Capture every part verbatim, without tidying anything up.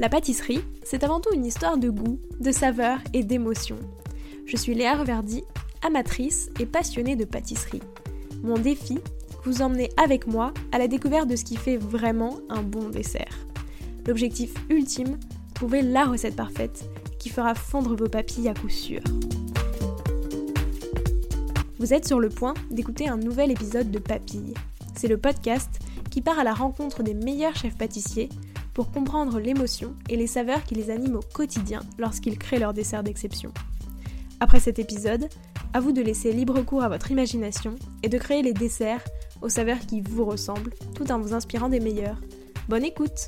La pâtisserie, c'est avant tout une histoire de goût, de saveur et d'émotion. Je suis Léa Reverdy, amatrice et passionnée de pâtisserie. Mon défi, vous emmener avec moi à la découverte de ce qui fait vraiment un bon dessert. L'objectif ultime, trouver la recette parfaite qui fera fondre vos papilles à coup sûr. Vous êtes sur le point d'écouter un nouvel épisode de Papilles. C'est le podcast qui part à la rencontre des meilleurs chefs pâtissiers pour comprendre l'émotion et les saveurs qui les animent au quotidien lorsqu'ils créent leur dessert d'exception. Après cet épisode, à vous de laisser libre cours à votre imagination et de créer les desserts aux saveurs qui vous ressemblent, tout en vous inspirant des meilleurs. Bonne écoute!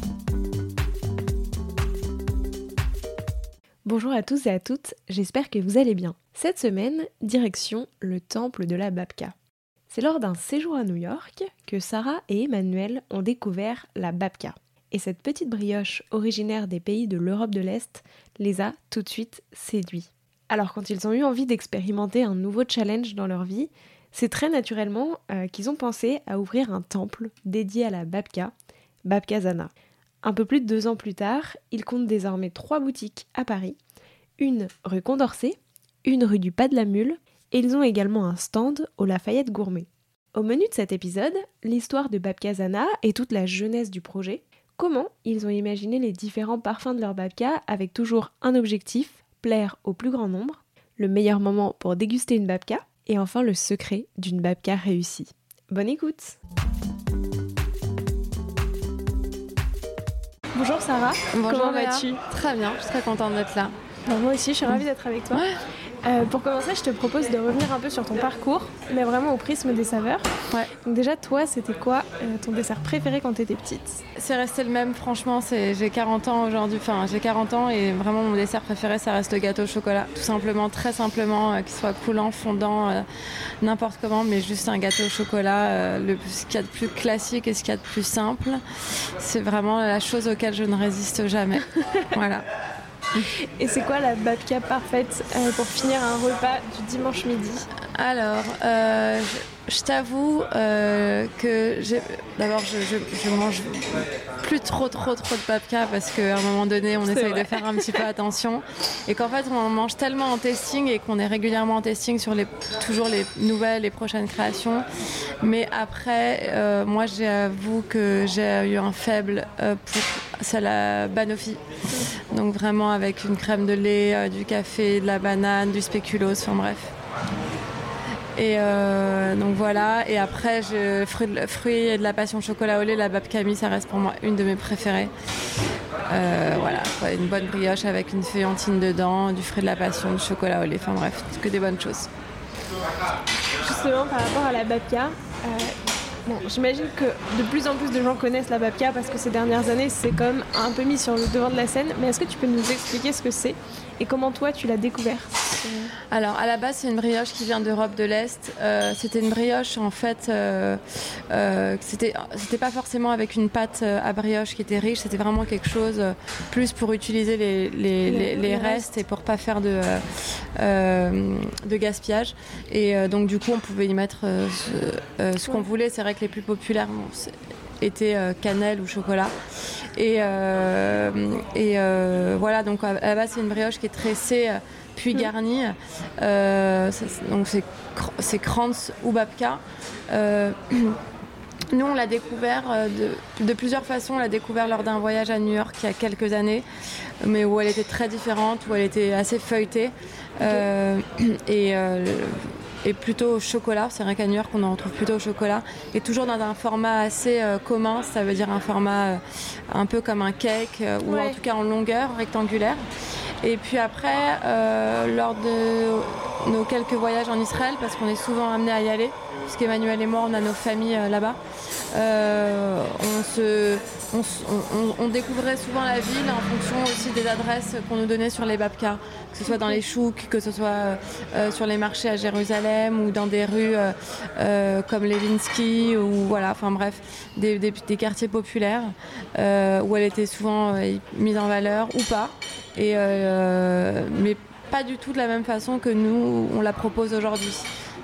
Bonjour à tous et à toutes, j'espère que vous allez bien. Cette semaine, direction le temple de la babka. C'est lors d'un séjour à New York que Sarah et Emmanuel ont découvert la babka. Et cette petite brioche originaire des pays de l'Europe de l'Est les a tout de suite séduits. Alors quand ils ont eu envie d'expérimenter un nouveau challenge dans leur vie, c'est très naturellement euh, qu'ils ont pensé à ouvrir un temple dédié à la babka, Babkazana. Un peu plus de deux ans plus tard, ils comptent désormais trois boutiques à Paris, une rue Condorcet, une rue du Pas de la Mule, et ils ont également un stand au Lafayette Gourmet. Au menu de cet épisode, l'histoire de Babkazana et toute la jeunesse du projet, comment ils ont imaginé les différents parfums de leur babka avec toujours un objectif, plaire au plus grand nombre, le meilleur moment pour déguster une babka, et enfin le secret d'une babka réussie. Bonne écoute! Bonjour Sarah, Bonjour, comment Léa. vas-tu? Très bien, je suis très contente d'être là. Ben, moi aussi, je suis ravie d'être avec toi. Ouais. Euh, pour commencer, je te propose de revenir un peu sur ton parcours, mais vraiment au prisme des saveurs. Ouais. Donc déjà, toi, c'était quoi euh, ton dessert préféré quand tu étais petite? C'est resté le même, franchement, c'est... j'ai quarante ans aujourd'hui, enfin j'ai quarante ans et vraiment mon dessert préféré ça reste le gâteau au chocolat. Tout simplement, très simplement, euh, qu'il soit coulant, fondant, euh, n'importe comment, mais juste un gâteau au chocolat, euh, le, ce qu'il y a de plus classique et ce qu'il y a de plus simple. C'est vraiment la chose auquelle je ne résiste jamais. Voilà. Et c'est quoi la babka parfaite euh, pour finir un repas du dimanche midi? Alors, euh, je, je t'avoue euh, que j'ai... d'abord, je, je, je mange plus trop, trop, trop de babka parce qu'à un moment donné, on C'est essaye vrai. de faire un petit peu attention et qu'en fait, on mange tellement en testing et qu'on est régulièrement en testing sur les, toujours les nouvelles, les prochaines créations. Mais après, euh, moi, j'avoue que j'ai eu un faible euh, pour c'est la banoffee. Donc vraiment avec une crème de lait, euh, du café, de la banane, du spéculoos, enfin bref. Et euh, donc voilà, et après je, fruits, fruits et de la passion chocolat au lait, la babkami, ça reste pour moi une de mes préférées. Euh, voilà, une bonne brioche avec une feuillantine dedans, du fruit de la passion, du chocolat au lait, enfin bref, que des bonnes choses. Justement, par rapport à la babka, euh, bon, j'imagine que de plus en plus de gens connaissent la babka parce que ces dernières années, c'est quand même un peu mis sur le devant de la scène. Mais est-ce que tu peux nous expliquer ce que c'est et comment toi, tu l'as découvert? Alors, à la base, c'est une brioche qui vient d'Europe de l'Est. Euh, c'était une brioche, en fait, euh, euh, c'était, c'était pas forcément avec une pâte à brioche qui était riche. C'était vraiment quelque chose euh, plus pour utiliser les, les, les, les restes et pour pas faire de, euh, de gaspillage. Et euh, donc, du coup, on pouvait y mettre euh, ce, euh, ce qu'on voulait. C'est vrai que les plus populaires bon, étaient euh, cannelle ou chocolat. Et, euh, et euh, voilà, donc à la base, c'est une brioche qui est tressée puis garnie. Euh, c'est, donc c'est, c'est krantz ou babka. Euh, nous, on l'a découvert de, de plusieurs façons. On l'a découvert lors d'un voyage à New York il y a quelques années, mais où elle était très différente, où elle était assez feuilletée. Euh, et euh, et plutôt au chocolat, c'est vrai qu'à New York on en retrouve plutôt au chocolat et toujours dans un format assez euh, commun, ça veut dire un format euh, un peu comme un cake euh, ou Ouais. en tout cas en longueur rectangulaire. Et puis après, euh, lors de nos quelques voyages en Israël, parce qu'on est souvent amenés à y aller, puisqu'Emmanuel et moi on a nos familles euh, là-bas, euh, on, se, on, on, on découvrait souvent la ville en fonction aussi des adresses qu'on nous donnait sur les babkas, que ce soit dans les chouks, que ce soit euh, sur les marchés à Jérusalem ou dans des rues euh, euh, comme Levinsky ou voilà, enfin bref, des, des, des quartiers populaires euh, où elle était souvent euh, mise en valeur ou pas, et, euh, mais pas du tout de la même façon que nous on la propose aujourd'hui.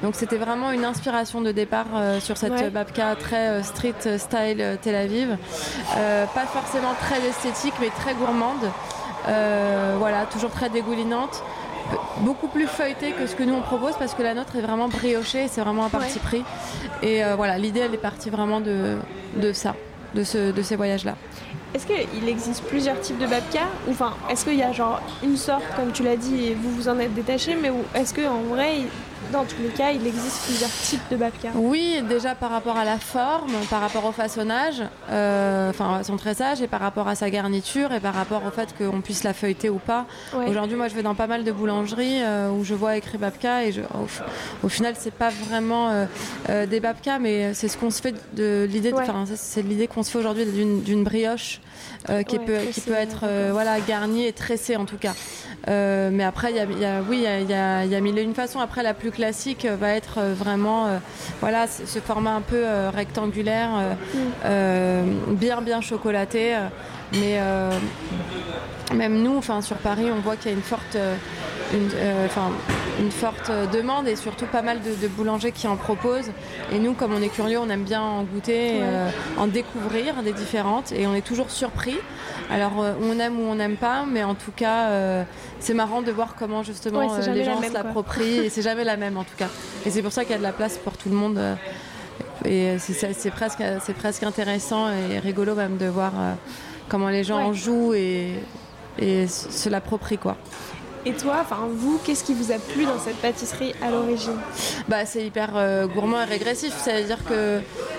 Donc c'était vraiment une inspiration de départ euh, sur cette ouais. babka très euh, street style euh, Tel Aviv. Euh, pas forcément très esthétique, mais très gourmande. Euh, voilà, toujours très dégoulinante. Beaucoup plus feuilletée que ce que nous on propose parce que la nôtre est vraiment briochée, c'est vraiment un parti ouais. pris. Et euh, voilà, l'idée elle est partie vraiment de, de ça, de, ce, de ces voyages-là. Est-ce qu'il existe plusieurs types de babka ou enfin, est-ce qu'il y a genre une sorte, comme tu l'as dit, et vous vous en êtes détaché, mais est-ce qu'en vrai, dans tous les cas, il existe plusieurs types de babka? Oui, déjà par rapport à la forme, par rapport au façonnage, euh, enfin à son tressage, et par rapport à sa garniture, et par rapport au fait qu'on puisse la feuilleter ou pas. Ouais. Aujourd'hui, moi, je vais dans pas mal de boulangeries euh, où je vois écrit babka, et je, au, au final, c'est pas vraiment euh, euh, des babkas, mais c'est ce qu'on se fait de l'idée, ouais. de, c'est l'idée qu'on se fait aujourd'hui d'une, d'une brioche. Euh, qui, ouais, peut, qui peut être euh, voilà, garni et tressé en tout cas. Euh, mais après, y a, y a, oui, il y a, y a, y a mille et une façons. Après, la plus classique euh, va être euh, vraiment euh, voilà, ce format un peu euh, rectangulaire, euh, mm. euh, bien bien chocolaté. Euh, mais euh, même nous, sur Paris, on voit qu'il y a une forte, une, euh, une forte demande et surtout pas mal de, de boulangers qui en proposent. Et nous, comme on est curieux, on aime bien en goûter, ouais. euh, en découvrir des différentes. Et on est toujours surpris. Alors, euh, on aime ou on n'aime pas, mais en tout cas, euh, c'est marrant de voir comment justement ouais, euh, les gens se l'approprient. Et c'est jamais la même en tout cas. Et c'est pour ça qu'il y a de la place pour tout le monde. Euh, et c'est, c'est, c'est, presque, c'est presque intéressant et rigolo même de voir euh, comment les gens ouais. en jouent et, et se l'approprient, quoi. Et toi, enfin vous, qu'est-ce qui vous a plu dans cette pâtisserie à l'origine? Bah, c'est hyper euh, gourmand et régressif. C'est-à-dire que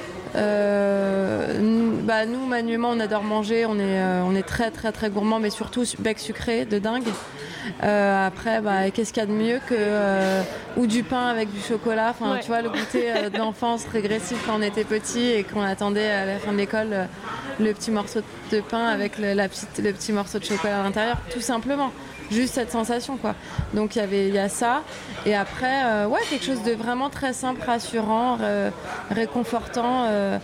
euh, nous, bah, nous, manuellement, on adore manger. On est, euh, on est très, très, très gourmand, mais surtout bec sucré de dingue. Euh, après, bah, qu'est-ce qu'il y a de mieux que euh, ou du pain avec du chocolat. Enfin, ouais. tu vois, le goûter euh, de l'enfance régressif quand on était petit et qu'on attendait à la fin de l'école euh, le petit morceau de pain avec le, la petite, le petit morceau de chocolat à l'intérieur, tout simplement. Juste cette sensation, quoi. Donc il y avait, il y a ça. Et après, euh, ouais, quelque chose de vraiment très simple, rassurant, euh, réconfortant. Euh,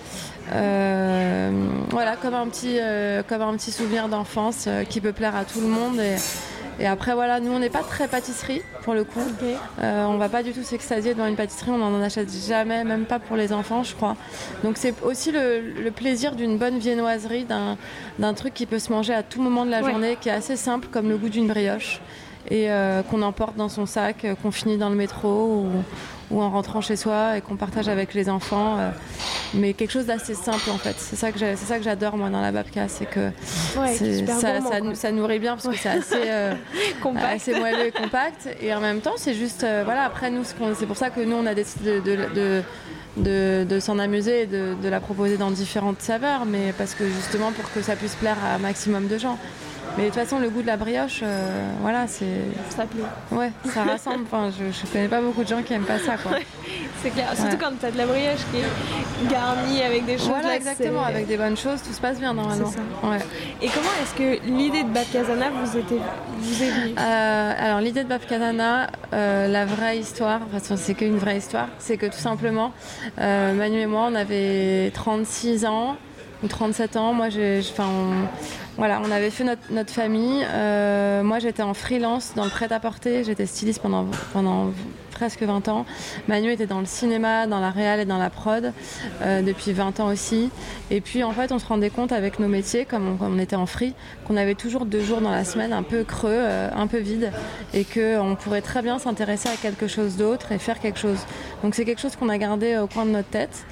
euh, voilà, comme un petit, euh, comme un petit souvenir d'enfance euh, qui peut plaire à tout le monde. Et, Et après, voilà, nous, on n'est pas très pâtisserie, pour le coup. Okay. Euh, on ne va pas du tout s'extasier devant une pâtisserie. On n'en achète jamais, même pas pour les enfants, je crois. Donc, c'est aussi le, le plaisir d'une bonne viennoiserie, d'un, d'un truc qui peut se manger à tout moment de la ouais. journée, qui est assez simple, comme le goût d'une brioche. Et euh, qu'on emporte dans son sac, euh, qu'on finit dans le métro ou, ou en rentrant chez soi et qu'on partage avec les enfants. Euh, mais quelque chose d'assez simple en fait. C'est ça que, j'ai, c'est ça que j'adore moi dans la babka, c'est que ouais, c'est, ça, gourmand, ça, ça nourrit bien parce ouais. que c'est assez, euh, assez moelleux et compact. Et en même temps, c'est juste, euh, voilà, après nous, ce qu'on, c'est pour ça que nous, on a décidé de... de, de De, de s'en amuser et de, de la proposer dans différentes saveurs, mais parce que justement pour que ça puisse plaire à un maximum de gens. Mais de toute façon, le goût de la brioche, euh, voilà, c'est... Ça plaît. Ouais, ça rassemble. Enfin, je, je connais pas beaucoup de gens qui aiment pas ça, quoi. Ouais, c'est clair. Surtout ouais. quand t'as de la brioche qui est garnie avec des choses. Voilà, là, exactement. C'est... Avec des bonnes choses, tout se passe bien, normalement. C'est ça. Ouais. Et comment est-ce que l'idée de Babkazana vous, était, vous est venue euh, Alors, l'idée de Babkazana, euh, la vraie histoire, enfin, c'est qu'une vraie histoire, c'est que tout simplement, euh, Manu et moi, on avait trente-six ans ou trente-sept ans. Moi, j'ai... Enfin, on... Voilà, on avait fait notre, notre famille. Euh, moi, j'étais en freelance dans le prêt-à-porter. J'étais styliste pendant, pendant presque vingt ans. Manu était dans le cinéma, dans la réal et dans la prod euh, depuis vingt ans aussi. Et puis, en fait, on se rendait compte avec nos métiers, comme on, comme on était en free, qu'on avait toujours deux jours dans la semaine un peu creux, euh, un peu vide, et qu'on pourrait très bien s'intéresser à quelque chose d'autre et faire quelque chose. Donc, c'est quelque chose qu'on a gardé au coin de notre tête.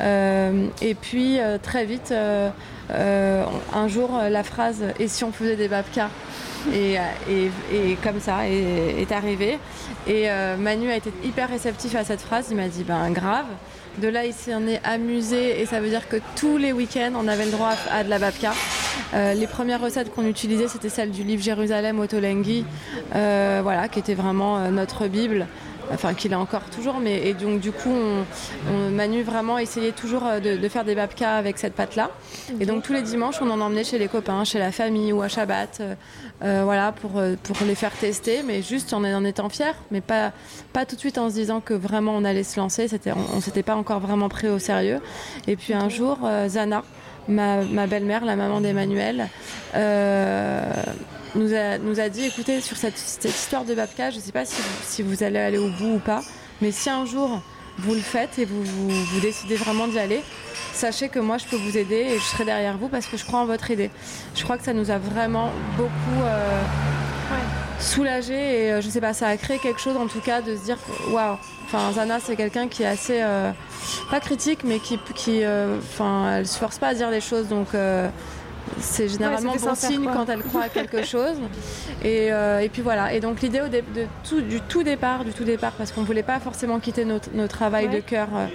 Euh, et puis, euh, très vite... Euh, Euh, un jour, la phrase « et si on faisait des babkas ?» et, et, et comme ça est, est arrivée. Et euh, Manu a été hyper réceptif à cette phrase. Il m'a dit ben grave. De là, il s'en est amusé et ça veut dire que tous les week-ends, on avait le droit à, à de la babka. Euh, les premières recettes qu'on utilisait, c'était celle du livre Jérusalem Ottolenghi, euh, voilà, qui était vraiment euh, notre Bible. Enfin, qu'il est encore toujours, mais et donc du coup, on, on Manu vraiment essayait toujours de, de faire des babkas avec cette pâte-là. Okay. Et donc tous les dimanches, on en emmenait chez les copains, chez la famille ou à Shabbat, euh, voilà, pour pour les faire tester, mais juste en, en étant fiers, mais pas pas tout de suite en se disant que vraiment on allait se lancer. C'était, on, on s'était pas encore vraiment pris au sérieux. Et puis okay. un jour, euh, Zana, ma ma belle-mère, la maman d'Emmanuel. Euh, Nous a, nous a dit, écoutez, sur cette, cette histoire de babka, je ne sais pas si, si vous allez aller au bout ou pas, Mais si un jour vous le faites et vous, vous, vous décidez vraiment d'y aller, sachez que moi je peux vous aider et je serai derrière vous parce que je crois en votre idée. Je crois que ça nous a vraiment beaucoup euh, ouais. soulagé et euh, je sais pas, ça a créé quelque chose en tout cas de se dire waouh. Enfin, Zana c'est quelqu'un qui est assez euh, pas critique mais qui, qui euh, enfin, elle se force pas à dire des choses donc. Euh, C'est généralement ouais, bon signe quoi. Quand elle croit à quelque chose. Et, euh, et puis voilà. Et donc l'idée au dé- de tout, du tout départ, du tout départ, parce qu'on voulait pas forcément quitter notre, notre travail ouais. de cœur euh,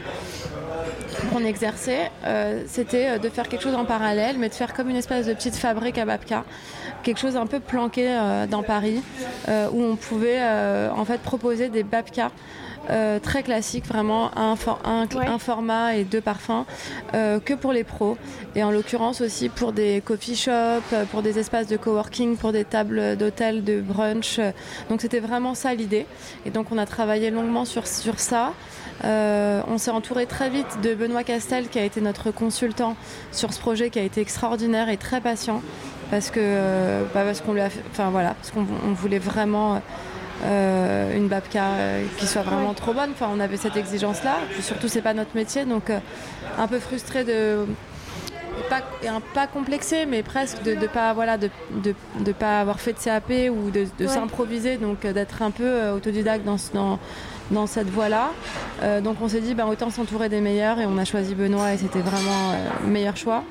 qu'on exerçait, euh, c'était de faire quelque chose en parallèle, mais de faire comme une espèce de petite fabrique à Babka, quelque chose un peu planqué euh, dans Paris, euh, où on pouvait euh, en fait proposer des Babka. Euh, très classique, vraiment un, for- un, ouais. un format et deux parfums euh, que pour les pros et en l'occurrence aussi pour des coffee shops, pour des espaces de coworking, pour des tables d'hôtel, de brunch. Donc c'était vraiment ça l'idée et donc on a travaillé longuement sur, sur ça. Euh, on s'est entouré très vite de Benoît Castel qui a été notre consultant sur ce projet qui a été extraordinaire et très patient parce que euh, bah parce qu'on lui a fait, enfin voilà, parce qu'on on voulait vraiment Euh, une Babka euh, qui soit vraiment ouais. trop bonne. Enfin, on avait cette exigence-là. Puis surtout, c'est pas notre métier, donc euh, un peu frustré de pas, un, pas complexé, mais presque de, de pas voilà de, de, de pas avoir fait de C A P ou de, de ouais. s'improviser, donc euh, d'être un peu euh, autodidacte dans, dans dans cette voie-là. Euh, donc on s'est dit, ben autant s'entourer des meilleurs, et on a choisi Benoît, et c'était vraiment euh, le meilleur choix.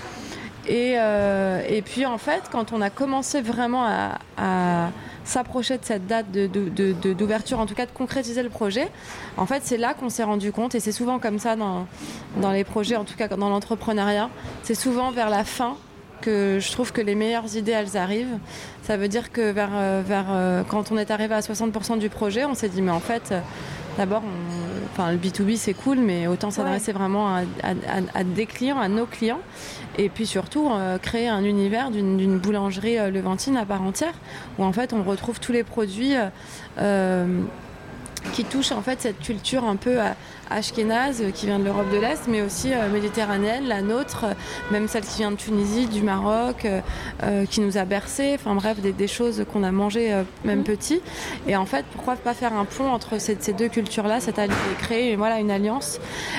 Et, euh, et puis en fait, quand on a commencé vraiment à, à s'approcher de cette date de, de, de, de, d'ouverture, en tout cas de concrétiser le projet, en fait c'est là qu'on s'est rendu compte, et c'est souvent comme ça dans, dans les projets, en tout cas dans l'entrepreneuriat, c'est souvent vers la fin que je trouve que les meilleures idées elles arrivent. Ça veut dire que vers, vers, quand on est arrivé à soixante pour cent du projet, on s'est dit mais en fait d'abord on, enfin, le B deux B c'est cool, mais autant s'adresser ouais. vraiment à, à, à, à des clients, à nos clients. Et puis surtout euh, créer un univers d'une, d'une boulangerie euh, levantine à part entière où en fait on retrouve tous les produits euh, euh, qui touchent en fait cette culture un peu euh, ashkénaze euh, qui vient de l'Europe de l'Est, mais aussi euh, méditerranéenne, la nôtre, euh, même celle qui vient de Tunisie, du Maroc, euh, euh, qui nous a bercés, enfin bref, des, des choses qu'on a mangées euh, même mmh. petit. Et en fait, pourquoi pas faire un pont entre ces, ces deux cultures-là, cette alliance, et créer voilà, une alliance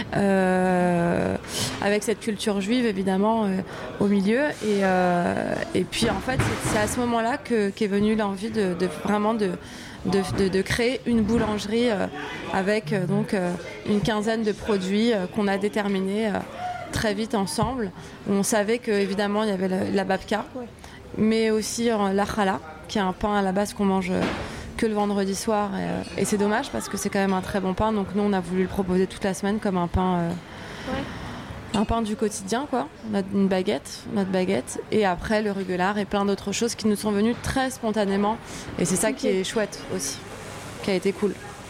euh, avec cette culture juive évidemment euh, au milieu. Et, euh, et puis en fait, c'est, c'est à ce moment-là que, qu'est venue l'envie de, de vraiment de De, de, de créer une boulangerie euh, avec euh, donc euh, une quinzaine de produits euh, qu'on a déterminés euh, très vite ensemble. On savait qu'évidemment il y avait la, la babka, ouais. mais aussi euh, la challah, qui est un pain à la base qu'on mange euh, que le vendredi soir. Et, euh, et c'est dommage parce que c'est quand même un très bon pain. Donc nous on a voulu le proposer toute la semaine comme un pain... Euh, ouais. Un pain du quotidien, quoi. Notre, une baguette, notre baguette. Et après, le rugelard et plein d'autres choses qui nous sont venues très spontanément. Et c'est ça okay. qui est chouette aussi, qui a été cool.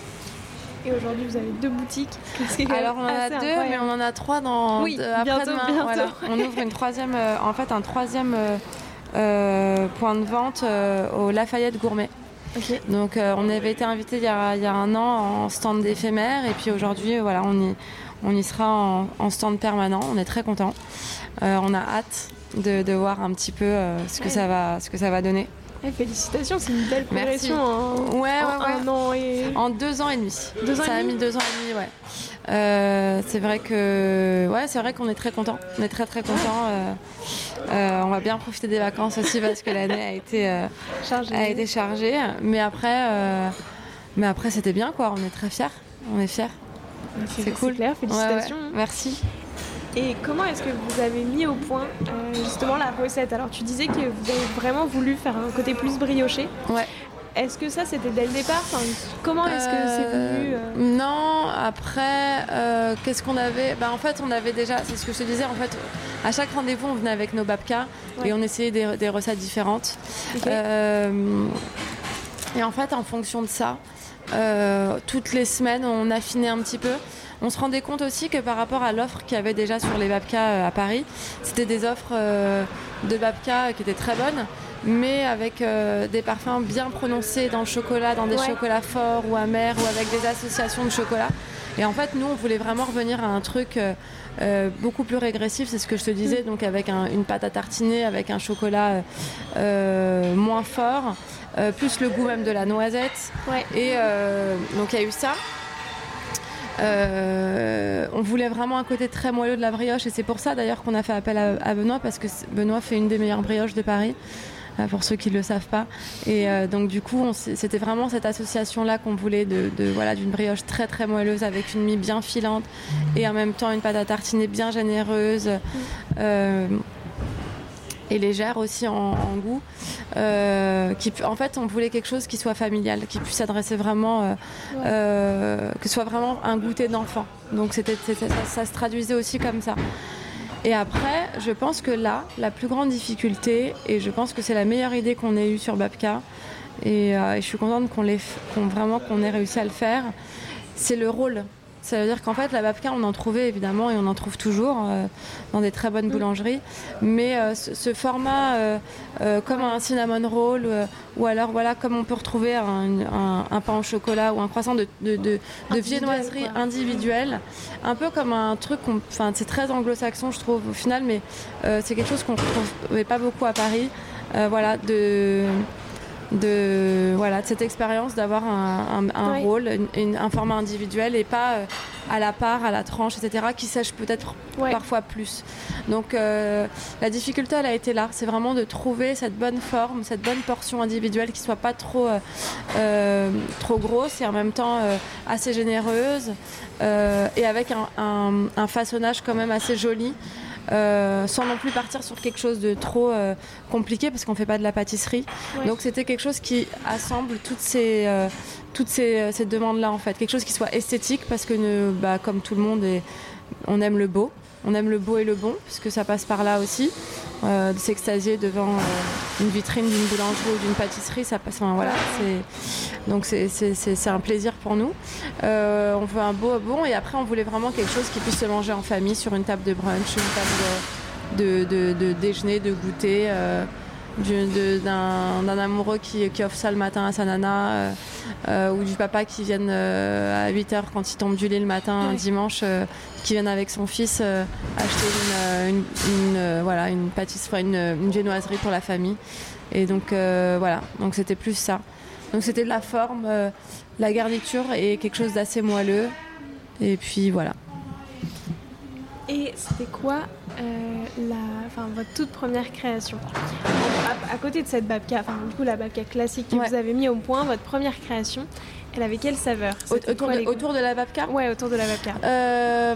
Et aujourd'hui, vous avez deux boutiques. Alors, on en a deux, incroyable. Mais on en a trois dans oui, de, après-demain. Bientôt, bientôt. Voilà. On ouvre une troisième, euh, en fait, un troisième euh, euh, point de vente euh, au Lafayette Gourmet. Okay. Donc, euh, on avait été invités il y a, il y a un an en stand éphémère. Et puis aujourd'hui, voilà, on y... On y sera en, en stand permanent, on est très contents. Euh, on a hâte de, de voir un petit peu euh, ce, que ouais. ça va, ce que ça va donner. Ouais, félicitations, c'est une belle progression en, ouais, ouais, en ouais. un an et... En deux ans et demi. Deux ans ça et a demi mis deux ans et demi, ouais. Euh, c'est vrai que, ouais, c'est vrai qu'on est très contents. On est très très contents. Euh, euh, on va bien profiter des vacances aussi parce que l'année a été, euh, chargée. a été chargée. Mais après, euh, mais après c'était bien, quoi. On est très fiers. On est fiers. C'est, c'est cool, c'est clair, félicitations. Ouais, ouais. Merci. Et comment est-ce que vous avez mis au point euh, justement la recette ? Alors tu disais que vous avez vraiment voulu faire un côté plus brioché. Ouais. Est-ce que ça c'était dès le départ ? Enfin, comment est-ce que euh, c'est venu euh... Non, après, euh, qu'est-ce qu'on avait ? Bah, en fait, on avait déjà, c'est ce que je te disais, en fait, à chaque rendez-vous, on venait avec nos babkas ouais. et on essayait des, des recettes différentes. Okay. Euh, et en fait, en fonction de ça, Euh, toutes les semaines on affinait un petit peu. On se rendait compte aussi que par rapport à l'offre qu'il y avait déjà sur les babkas euh, à Paris, c'était des offres euh, de babkas qui étaient très bonnes, mais avec euh, des parfums bien prononcés dans le chocolat, dans des ouais. chocolats forts ou amers, ou avec des associations de chocolat. Et en fait nous on voulait vraiment revenir à un truc euh, euh, beaucoup plus régressif, c'est ce que je te disais, mmh. donc avec un, une pâte à tartiner, avec un chocolat euh, moins fort, euh, plus le goût même de la noisette. Ouais. Et euh, donc il y a eu ça. Euh, on voulait vraiment un côté très moelleux de la brioche et c'est pour ça d'ailleurs qu'on a fait appel à, à Benoît parce que Benoît fait une des meilleures brioches de Paris, euh, pour ceux qui ne le savent pas. Et euh, donc du coup, on, c'était vraiment cette association-là qu'on voulait de, de, voilà, d'une brioche très très moelleuse avec une mie bien filante et en même temps une pâte à tartiner bien généreuse. Euh, et légère aussi en, en goût. Euh, qui, en fait, on voulait quelque chose qui soit familial, qui puisse s'adresser vraiment, euh, ouais. euh, que ce soit vraiment un goûter d'enfant. Donc c'était, c'était, ça, ça se traduisait aussi comme ça. Et après, je pense que là, la plus grande difficulté, et je pense que c'est la meilleure idée qu'on ait eue sur Babka, et, euh, et je suis contente qu'on, l'ait, qu'on, vraiment, qu'on ait réussi à le faire, c'est le rôle. Ça veut dire qu'en fait, la babka, on en trouvait évidemment et on en trouve toujours euh, dans des très bonnes boulangeries. Mais euh, ce, ce format, euh, euh, comme un cinnamon roll, euh, ou alors voilà, comme on peut retrouver un, un, un pain au chocolat ou un croissant de, de, de, de viennoiserie individuelle, un peu comme un truc, enfin c'est très anglo-saxon je trouve au final, mais euh, c'est quelque chose qu'on ne retrouvait pas beaucoup à Paris. Euh, voilà, de... de voilà de cette expérience d'avoir un, un, un ouais. rôle, une, une, un format individuel et pas euh, à la part, à la tranche, et cetera, qui sèche peut-être ouais. parfois plus. Donc euh, la difficulté, elle a été là. C'est vraiment de trouver cette bonne forme, cette bonne portion individuelle qui soit pas trop euh, euh, trop grosse et en même temps euh, assez généreuse euh, et avec un, un, un façonnage quand même assez joli. Euh, sans non plus partir sur quelque chose de trop euh, compliqué parce qu'on fait pas de la pâtisserie. Ouais. Donc c'était quelque chose qui assemble toutes ces euh, toutes ces, ces demandes là en fait, quelque chose qui soit esthétique parce que ne, bah, comme tout le monde est, on aime le beau, on aime le beau et le bon puisque ça passe par là aussi. Euh, de s'extasier devant euh, une vitrine d'une boulangerie ou d'une pâtisserie, ça passe. Enfin, voilà, c'est, donc c'est, c'est, c'est, c'est un plaisir pour nous. Euh, on veut un beau bon et après on voulait vraiment quelque chose qui puisse se manger en famille sur une table de brunch, une table de, de, de, de déjeuner, de goûter. Euh, Du, de, d'un, d'un amoureux qui, qui offre ça le matin à sa nana euh, euh, ou du papa qui vienne euh, à huit heures quand il tombe du lit le matin un dimanche euh, qui vienne avec son fils euh, acheter une, une, une, euh, voilà, une pâtisserie, une, une viennoiserie pour la famille et donc euh, voilà, donc c'était plus ça, donc c'était de la forme, euh, la garniture et quelque chose d'assez moelleux et puis voilà. Et c'était quoi euh, la, enfin, votre toute première création à, à côté de cette babka, enfin du coup la babka classique que ouais. vous avez mis au point, votre première création, elle avait quelle saveur? Autour de, autour de la babka? Ouais, autour de la babka. Euh,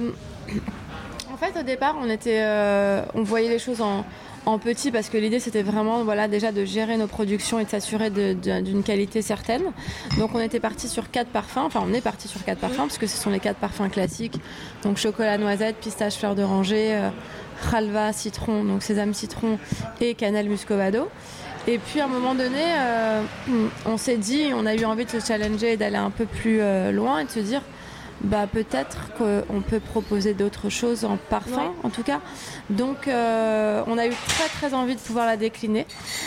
en fait, au départ, on était, euh, on voyait les choses en en petit parce que l'idée c'était vraiment voilà, déjà de gérer nos productions et de s'assurer de, de, d'une qualité certaine. Donc on était parti sur quatre parfums, enfin on est parti sur quatre parfums parce que ce sont les quatre parfums classiques, donc chocolat noisette, pistache fleur d'oranger, euh, halva citron, donc sésame citron et cannelle muscovado. Et puis à un moment donné euh, on s'est dit, on a eu envie de se challenger et d'aller un peu plus euh, loin et de se dire bah peut-être qu'on peut proposer d'autres choses en parfum, ouais. en tout cas. Donc euh, on a eu très très envie de pouvoir la décliner.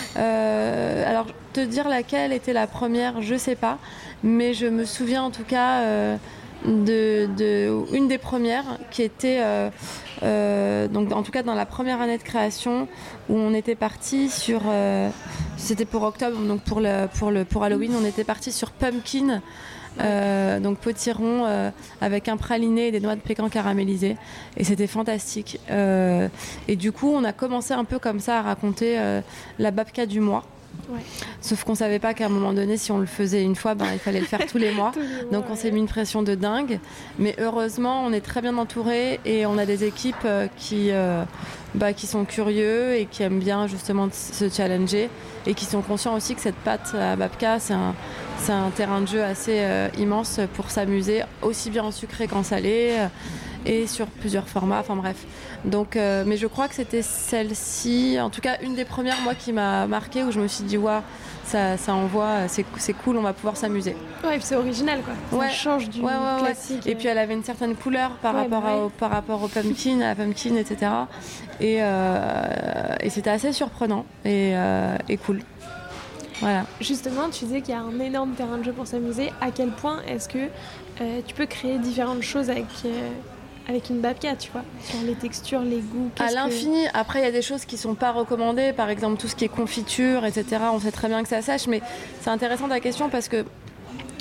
Euh, alors te dire laquelle était la première, je sais pas, mais je me souviens en tout cas euh, de, de une des premières qui était euh, euh, donc en tout cas dans la première année de création où on était parti sur euh, c'était pour octobre, donc pour le pour le pour Halloween, on était parti sur pumpkin. Euh, donc potiron euh, avec un praliné et des noix de pécan caramélisées et c'était fantastique euh, et du coup on a commencé un peu comme ça à raconter euh, la babka du mois. Ouais. Sauf qu'on savait pas qu'à un moment donné si on le faisait une fois ben, il fallait le faire tous les mois, tous les mois donc on ouais. s'est mis une pression de dingue mais heureusement on est très bien entouré et on a des équipes euh, qui, euh, bah, qui sont curieux et qui aiment bien justement se challenger et qui sont conscients aussi que cette pâte à babka c'est un, c'est un terrain de jeu assez euh, immense pour s'amuser aussi bien en sucré qu'en salé euh, et sur plusieurs formats, enfin bref. Donc, euh, mais je crois que c'était celle-ci, en tout cas une des premières moi qui m'a marquée où je me suis dit waouh, ça, ça envoie, c'est, c'est cool, on va pouvoir s'amuser. Ouais, et puis c'est original quoi. Ça ouais. change du ouais, ouais, classique. Ouais. Et puis elle avait une certaine couleur par ouais, rapport bah ouais. à, au, par rapport au pumpkin, à la pumpkin, et cetera. Et, euh, et c'était assez surprenant et, euh, et cool. Voilà. Justement, tu disais qu'il y a un énorme terrain de jeu pour s'amuser. À quel point est-ce que euh, tu peux créer différentes choses avec euh, avec une babka, tu vois, sur les textures, les goûts. À l'infini. Que... Après, il y a des choses qui sont pas recommandées, par exemple tout ce qui est confiture, et cetera. On sait très bien que ça sèche, mais c'est intéressant ta question parce que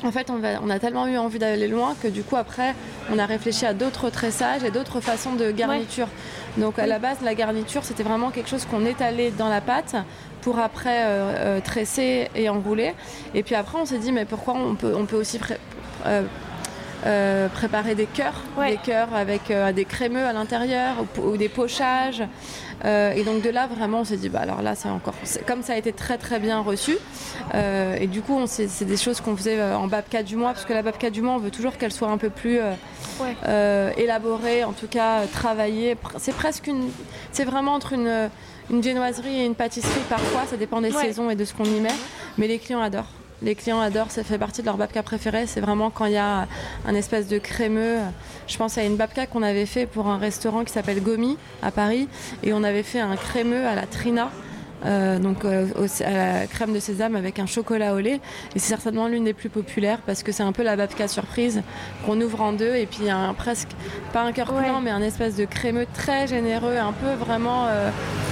En fait, on, va, on a tellement eu envie d'aller loin que du coup, après, on a réfléchi à d'autres tressages et d'autres façons de garniture. Ouais. Donc, à oui. la base, la garniture, c'était vraiment quelque chose qu'on étalait dans la pâte pour après euh, euh, tresser et enrouler. Et puis après, on s'est dit, mais pourquoi on peut, on peut aussi pré- euh, euh, préparer des cœurs, ouais. des cœurs avec euh, des crémeux à l'intérieur ou, ou des pochages. Euh, et donc de là vraiment on s'est dit bah alors là c'est encore c'est, comme ça a été très très bien reçu euh, et du coup on, c'est, c'est des choses qu'on faisait en babka du mois parce que la babka du mois on veut toujours qu'elle soit un peu plus euh, ouais. euh, élaborée, en tout cas euh, travaillée. C'est presque une c'est vraiment entre une, une viennoiserie et une pâtisserie parfois, ça dépend des ouais. saisons et de ce qu'on y met, mais les clients adorent. Les clients adorent, ça fait partie de leur babka préférée. C'est vraiment quand il y a un espèce de crémeux. Je pense à une babka qu'on avait fait pour un restaurant qui s'appelle Gomi à Paris. Et on avait fait un crémeux à la Trina, euh, donc euh, au, à la crème de sésame avec un chocolat au lait. Et c'est certainement l'une des plus populaires parce que c'est un peu la babka surprise qu'on ouvre en deux. Et puis il y a un, presque, pas un cœur coulant, ouais. mais un espèce de crémeux très généreux, un peu vraiment... Euh,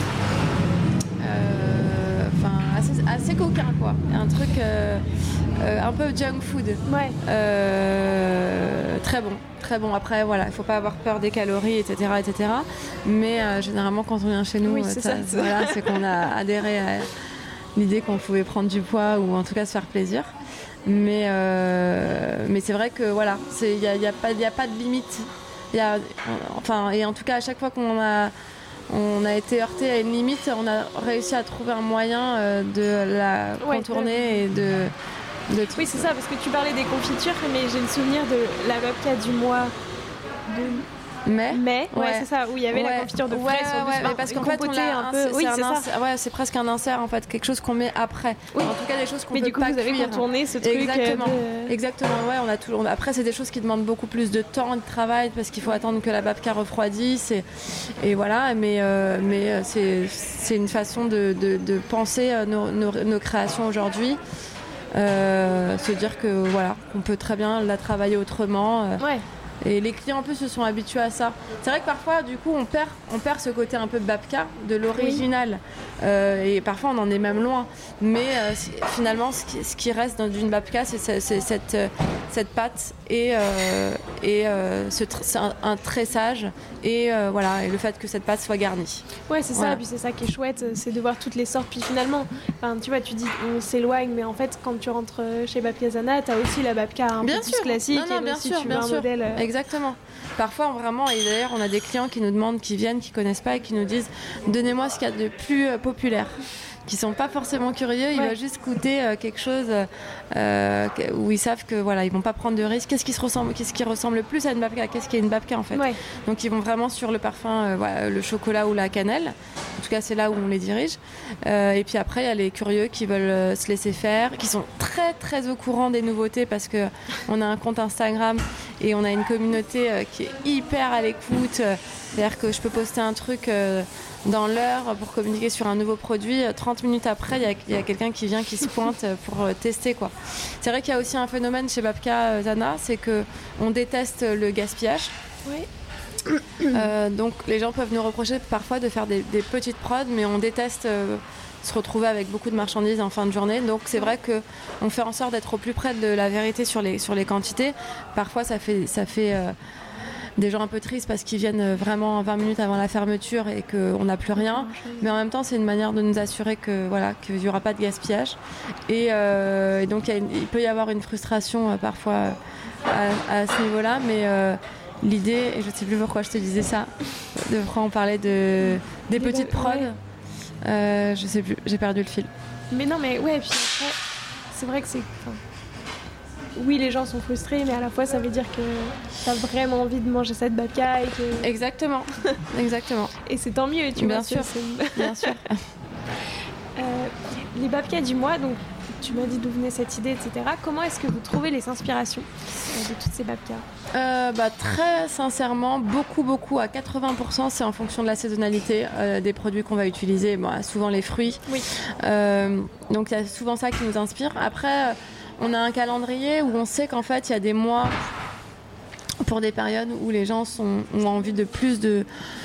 euh, Assez, assez coquin quoi, un truc euh, euh, un peu junk food. Ouais. Euh, très bon, très bon. Après voilà, il faut pas avoir peur des calories, et cetera, et cetera. Mais euh, généralement quand on vient chez nous, oui, c'est, ça, ça, voilà, c'est qu'on a adhéré à l'idée qu'on pouvait prendre du poids ou en tout cas se faire plaisir. Mais euh, mais c'est vrai que voilà, il y a, y a pas il y a pas de limite. Il y a enfin et en tout cas à chaque fois qu'on a on a été heurté à une limite, on a réussi à trouver un moyen euh, de la ouais, contourner ouais. et de, de... Oui, c'est ça, parce que tu parlais des confitures, mais j'ai le souvenir de la babka du mois de... mai. mai ouais, ouais, c'est ça, où il y avait ouais. la confiture de ouais, fraises. Ouais, ouais, mais parce qu'en fait, on l'a un peu... Oui, c'est, c'est ça. Ouais, c'est presque un insert, en fait, quelque chose qu'on met après. Oui. En tout cas, des choses qu'on mais peut du coup, pas vous avez cuire. contourné ce truc. Exactement. De... Exactement, ouais, on a tout... on... Après, c'est des choses qui demandent beaucoup plus de temps et de travail, parce qu'il faut attendre que la babka refroidisse, et, et voilà, mais, euh, mais c'est... c'est une façon de, de, de penser nos, nos, nos créations aujourd'hui. Euh, se dire que, voilà, on peut très bien la travailler autrement. Euh, ouais. Et les clients en plus se sont habitués à ça. C'est vrai que parfois du coup on perd, on perd ce côté un peu babka de l'original oui. euh, et parfois on en est même loin. Mais euh, finalement ce qui, ce qui reste dans une babka c'est, c'est, c'est cette, cette pâte et, euh, et euh, ce, c'est un, un tressage et, euh, voilà, et le fait que cette pâte soit garnie. Ouais c'est voilà. ça, et puis c'est ça qui est chouette, c'est de voir toutes les sortes. Puis finalement, tu vois, tu dis on s'éloigne, mais en fait quand tu rentres chez Babkazana, t'as aussi la babka un bien peu sûr. plus classique. Non, non, et bien aussi, sûr, tu bien veux sûr. Un modèle, euh... Exactement. Parfois vraiment, et d'ailleurs on a des clients qui nous demandent, qui viennent, qui connaissent pas et qui nous disent donnez-moi ce qu'il y a de plus euh, populaire, qui sont pas forcément curieux, ils ouais. veulent juste goûter euh, quelque chose euh, où ils savent que voilà, ils vont pas prendre de risques. Qu'est-ce qui se ressemble, qu'est-ce qui ressemble le plus à une babka, qu'est-ce qui est une babka en fait. Ouais. Donc ils vont vraiment sur le parfum, euh, voilà, le chocolat ou la cannelle. En tout cas c'est là où on les dirige. Euh, et puis après il y a les curieux qui veulent euh, se laisser faire, qui sont très très au courant des nouveautés parce que on a un compte Instagram et on a une communauté euh, qui est hyper à l'écoute. C'est-à-dire que je peux poster un truc euh, dans l'heure pour communiquer sur un nouveau produit. trente minutes après, il y, y a quelqu'un qui vient, qui se pointe pour euh, tester, quoi. C'est vrai qu'il y a aussi un phénomène chez Babkazana, c'est qu'on déteste le gaspillage. Oui. Euh, donc les gens peuvent nous reprocher parfois de faire des, des petites prods, mais on déteste euh, se retrouver avec beaucoup de marchandises en fin de journée. Donc c'est vrai qu'on fait en sorte d'être au plus près de la vérité sur les, sur les quantités. Parfois ça fait... Ça fait euh, des gens un peu tristes parce qu'ils viennent vraiment vingt minutes avant la fermeture et qu'on n'a plus rien, mais en même temps c'est une manière de nous assurer que voilà, qu'il n'y aura pas de gaspillage et, euh, et donc il, y a une, il peut y avoir une frustration euh, parfois à, à ce niveau là, mais euh, l'idée, et je ne sais plus pourquoi je te disais ça, de pourquoi on parlait de, des petites prods, ouais. euh, je sais plus, j'ai perdu le fil. Mais non mais ouais, et puis après c'est vrai que c'est... Enfin... Oui, les gens sont frustrés, mais à la fois, ça veut dire que t'as vraiment envie de manger cette babka et que... Exactement, exactement. Et c'est tant mieux, tu Bien vois. sûr, c'est... bien sûr. Euh, les babkas du mois, donc tu m'as dit d'où venait cette idée, et cetera. Comment est-ce que vous trouvez les inspirations euh, de toutes ces babkas ? euh, bah, Très sincèrement, beaucoup, beaucoup, à quatre-vingts pour cent, c'est en fonction de la saisonnalité euh, des produits qu'on va utiliser. Bon, souvent les fruits. Oui. Euh, donc il y a souvent ça qui nous inspire. Après... On a un calendrier où on sait qu'en fait, il y a des mois pour des périodes où les gens sont, ont envie de plus de,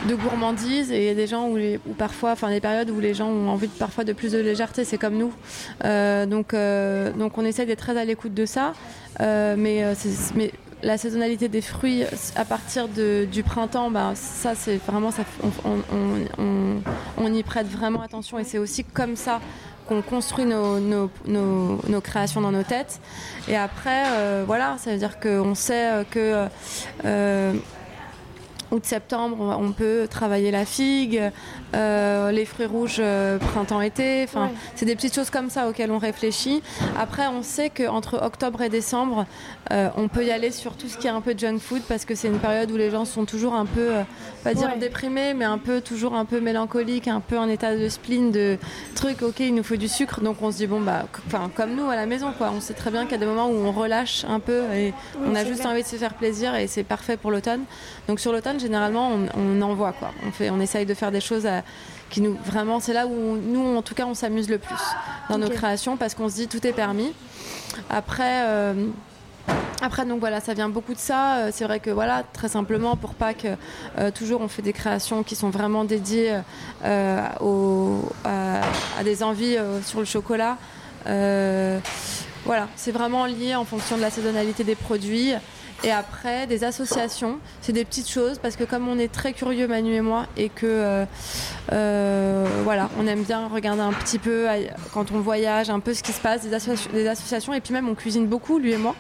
de gourmandise, et il y a des gens où, les, où parfois, enfin des périodes où les gens ont envie de, parfois de plus de légèreté, c'est comme nous. Euh, donc, euh, donc on essaie d'être très à l'écoute de ça, euh, mais, euh, c'est, mais la saisonnalité des fruits à partir de, du printemps, bah, ça c'est vraiment, ça, on, on, on, on y prête vraiment attention, et c'est aussi comme ça qu'on construit nos, nos, nos, nos créations dans nos têtes. Et après, euh, voilà, ça veut dire qu'on sait que euh, août-septembre, on peut travailler la figue, euh, les fruits rouges euh, printemps-été. Enfin, ouais. C'est des petites choses comme ça auxquelles on réfléchit. Après, on sait qu'entre octobre et décembre, euh, on peut y aller sur tout ce qui est un peu junk food, parce que c'est une période où les gens sont toujours un peu, euh, pas dire ouais. déprimés, mais un peu, toujours un peu mélancoliques, un peu en état de spleen, de trucs, ok, il nous faut du sucre. Donc on se dit, bon, bah, comme nous à la maison, quoi. On sait très bien qu'il y a des moments où on relâche un peu et oui, on a juste clair. envie de se faire plaisir, et c'est parfait pour l'automne. Donc sur l'automne, généralement, on, on envoie, quoi. On fait, on essaye de faire des choses à, qui nous, vraiment, c'est là où on, nous, en tout cas, on s'amuse le plus dans okay. nos créations, parce qu'on se dit tout est permis. Après, euh, après, donc voilà, ça vient beaucoup de ça. C'est vrai que voilà, très simplement, pour Pâques, euh, toujours, on fait des créations qui sont vraiment dédiées euh, au, à, à des envies euh, sur le chocolat. Euh, voilà, c'est vraiment lié en fonction de la saisonnalité des produits. Et après, des associations, c'est des petites choses, parce que comme on est très curieux, Manu et moi, et que euh, euh, voilà, on aime bien regarder un petit peu, quand on voyage, un peu ce qui se passe, des, associ- des associations, et puis même on cuisine beaucoup, lui et moi.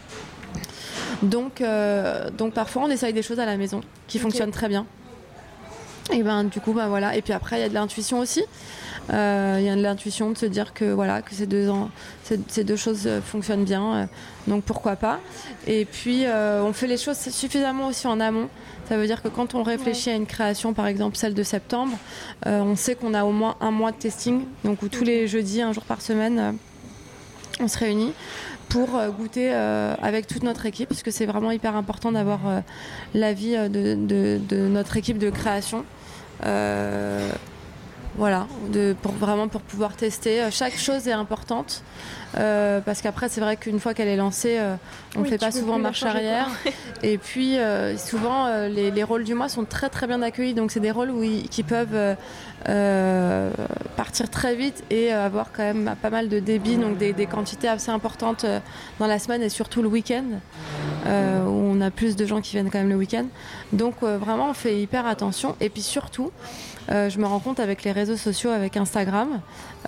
Donc, euh, donc parfois on essaye des choses à la maison qui okay. fonctionnent très bien. Et ben du coup, bah voilà. Et puis après, il y a de l'intuition aussi. Il euh, y a de l'intuition de se dire que voilà, que ces deux, ans, ces, ces deux choses euh, fonctionnent bien, euh, donc pourquoi pas. Et puis euh, on fait les choses suffisamment aussi en amont. Ça veut dire que quand on réfléchit ouais. à une création, par exemple celle de septembre, euh, on sait qu'on a au moins un mois de testing, donc où tous les jeudis, un jour par semaine, euh, on se réunit pour euh, goûter euh, avec toute notre équipe, parce que c'est vraiment hyper important d'avoir euh, l'avis de, de, de notre équipe de création. Euh, Voilà, de, pour, vraiment pour pouvoir tester. Chaque chose est importante, euh, parce qu'après c'est vrai qu'une fois qu'elle est lancée, euh, on ne oui, fait pas souvent marche arrière. Et puis euh, souvent euh, les, les rôles du mois sont très très bien accueillis, donc c'est des rôles où ils, qui peuvent euh, euh, partir très vite et euh, avoir quand même pas mal de débit, donc des, des quantités assez importantes euh, dans la semaine, et surtout le week-end, euh, où on a plus de gens qui viennent quand même le week-end. Donc euh, vraiment on fait hyper attention. Et puis surtout, Euh, je me rends compte avec les réseaux sociaux, avec Instagram,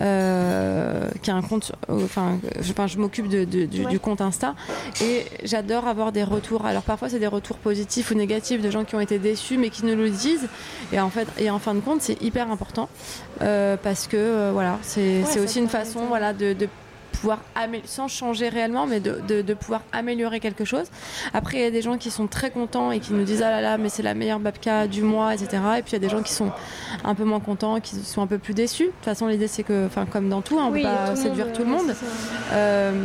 euh, qui a un compte, enfin, euh, je, je m'occupe de, de, du, ouais. du compte Insta, et j'adore avoir des retours. Alors parfois c'est des retours positifs ou négatifs de gens qui ont été déçus, mais qui nous le disent. Et en fait, et en fin de compte, c'est hyper important euh, parce que euh, voilà, c'est, ouais, c'est aussi une façon, voilà, de, de pouvoir amé- sans changer réellement, mais de, de, de pouvoir améliorer quelque chose. Après, il y a des gens qui sont très contents et qui nous disent ah là là, mais c'est la meilleure babka du mois, et cetera. Et puis il y a des gens qui sont un peu moins contents, qui sont un peu plus déçus. De toute façon, l'idée c'est que, enfin, comme dans tout, hein, on oui, peut pas séduire monde, tout le monde. Euh,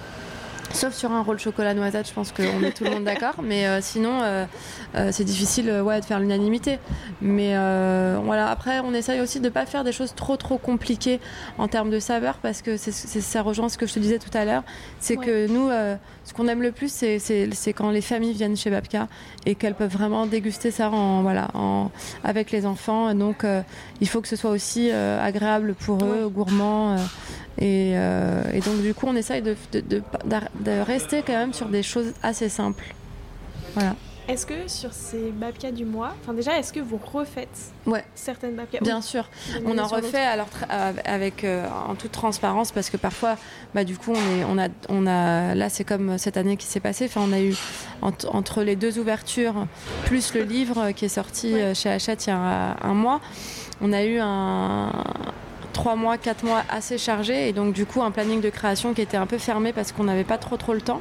Sauf sur un rôle chocolat noisette, je pense qu'on met tout le monde d'accord. Mais euh, sinon, euh, euh, c'est difficile euh, ouais, de faire l'unanimité. Mais euh, voilà, après, on essaye aussi de ne pas faire des choses trop trop compliquées en termes de saveur, parce que c'est, c'est, ça rejoint ce que je te disais tout à l'heure. C'est ouais. que nous, euh, ce qu'on aime le plus, c'est, c'est, c'est quand les familles viennent chez Babka et qu'elles peuvent vraiment déguster ça en, voilà, en, avec les enfants. Donc, euh, il faut que ce soit aussi euh, agréable pour eux, ouais. gourmand. Euh, Et, euh, et donc du coup on essaye de, de, de, de rester quand même sur des choses assez simples. Voilà. Est-ce que sur ces babkas du mois, enfin déjà est-ce que vous refaites ouais. certaines babkas? Bien sûr, on en refait alors tra- avec euh, en toute transparence, parce que parfois bah du coup on est on a on a là c'est comme cette année qui s'est passée, enfin on a eu ent- entre les deux ouvertures plus le livre qui est sorti ouais. chez Hachette il y a un mois, on a eu un trois mois, quatre mois assez chargés, et donc du coup un planning de création qui était un peu fermé parce qu'on n'avait pas trop trop le temps.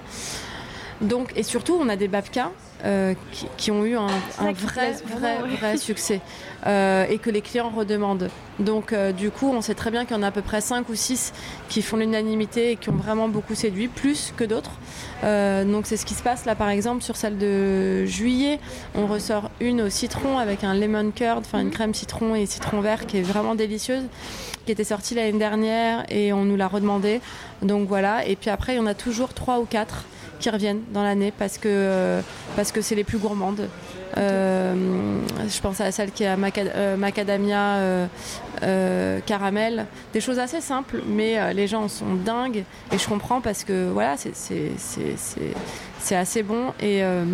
Donc, et surtout on a des babkas euh, qui, qui ont eu un, un vrai, vrai, ouais. vrai succès euh, et que les clients redemandent. Donc euh, du coup on sait très bien qu'il y en a à peu près cinq ou six qui font l'unanimité et qui ont vraiment beaucoup séduit, plus que d'autres. Euh, donc c'est ce qui se passe là par exemple sur celle de juillet. On ressort une au citron avec un lemon curd, enfin une crème citron et citron vert qui est vraiment délicieuse, qui était sortie l'année dernière et on nous l'a redemandé. Donc voilà, et puis après il y en a toujours trois ou quatre qui reviennent dans l'année parce que, euh, parce que c'est les plus gourmandes. Euh, je pense à celle qui est à macad- euh, macadamia euh, euh, caramel, des choses assez simples, mais euh, les gens sont dingues et je comprends parce que voilà, c'est, c'est, c'est, c'est, c'est assez bon et, euh,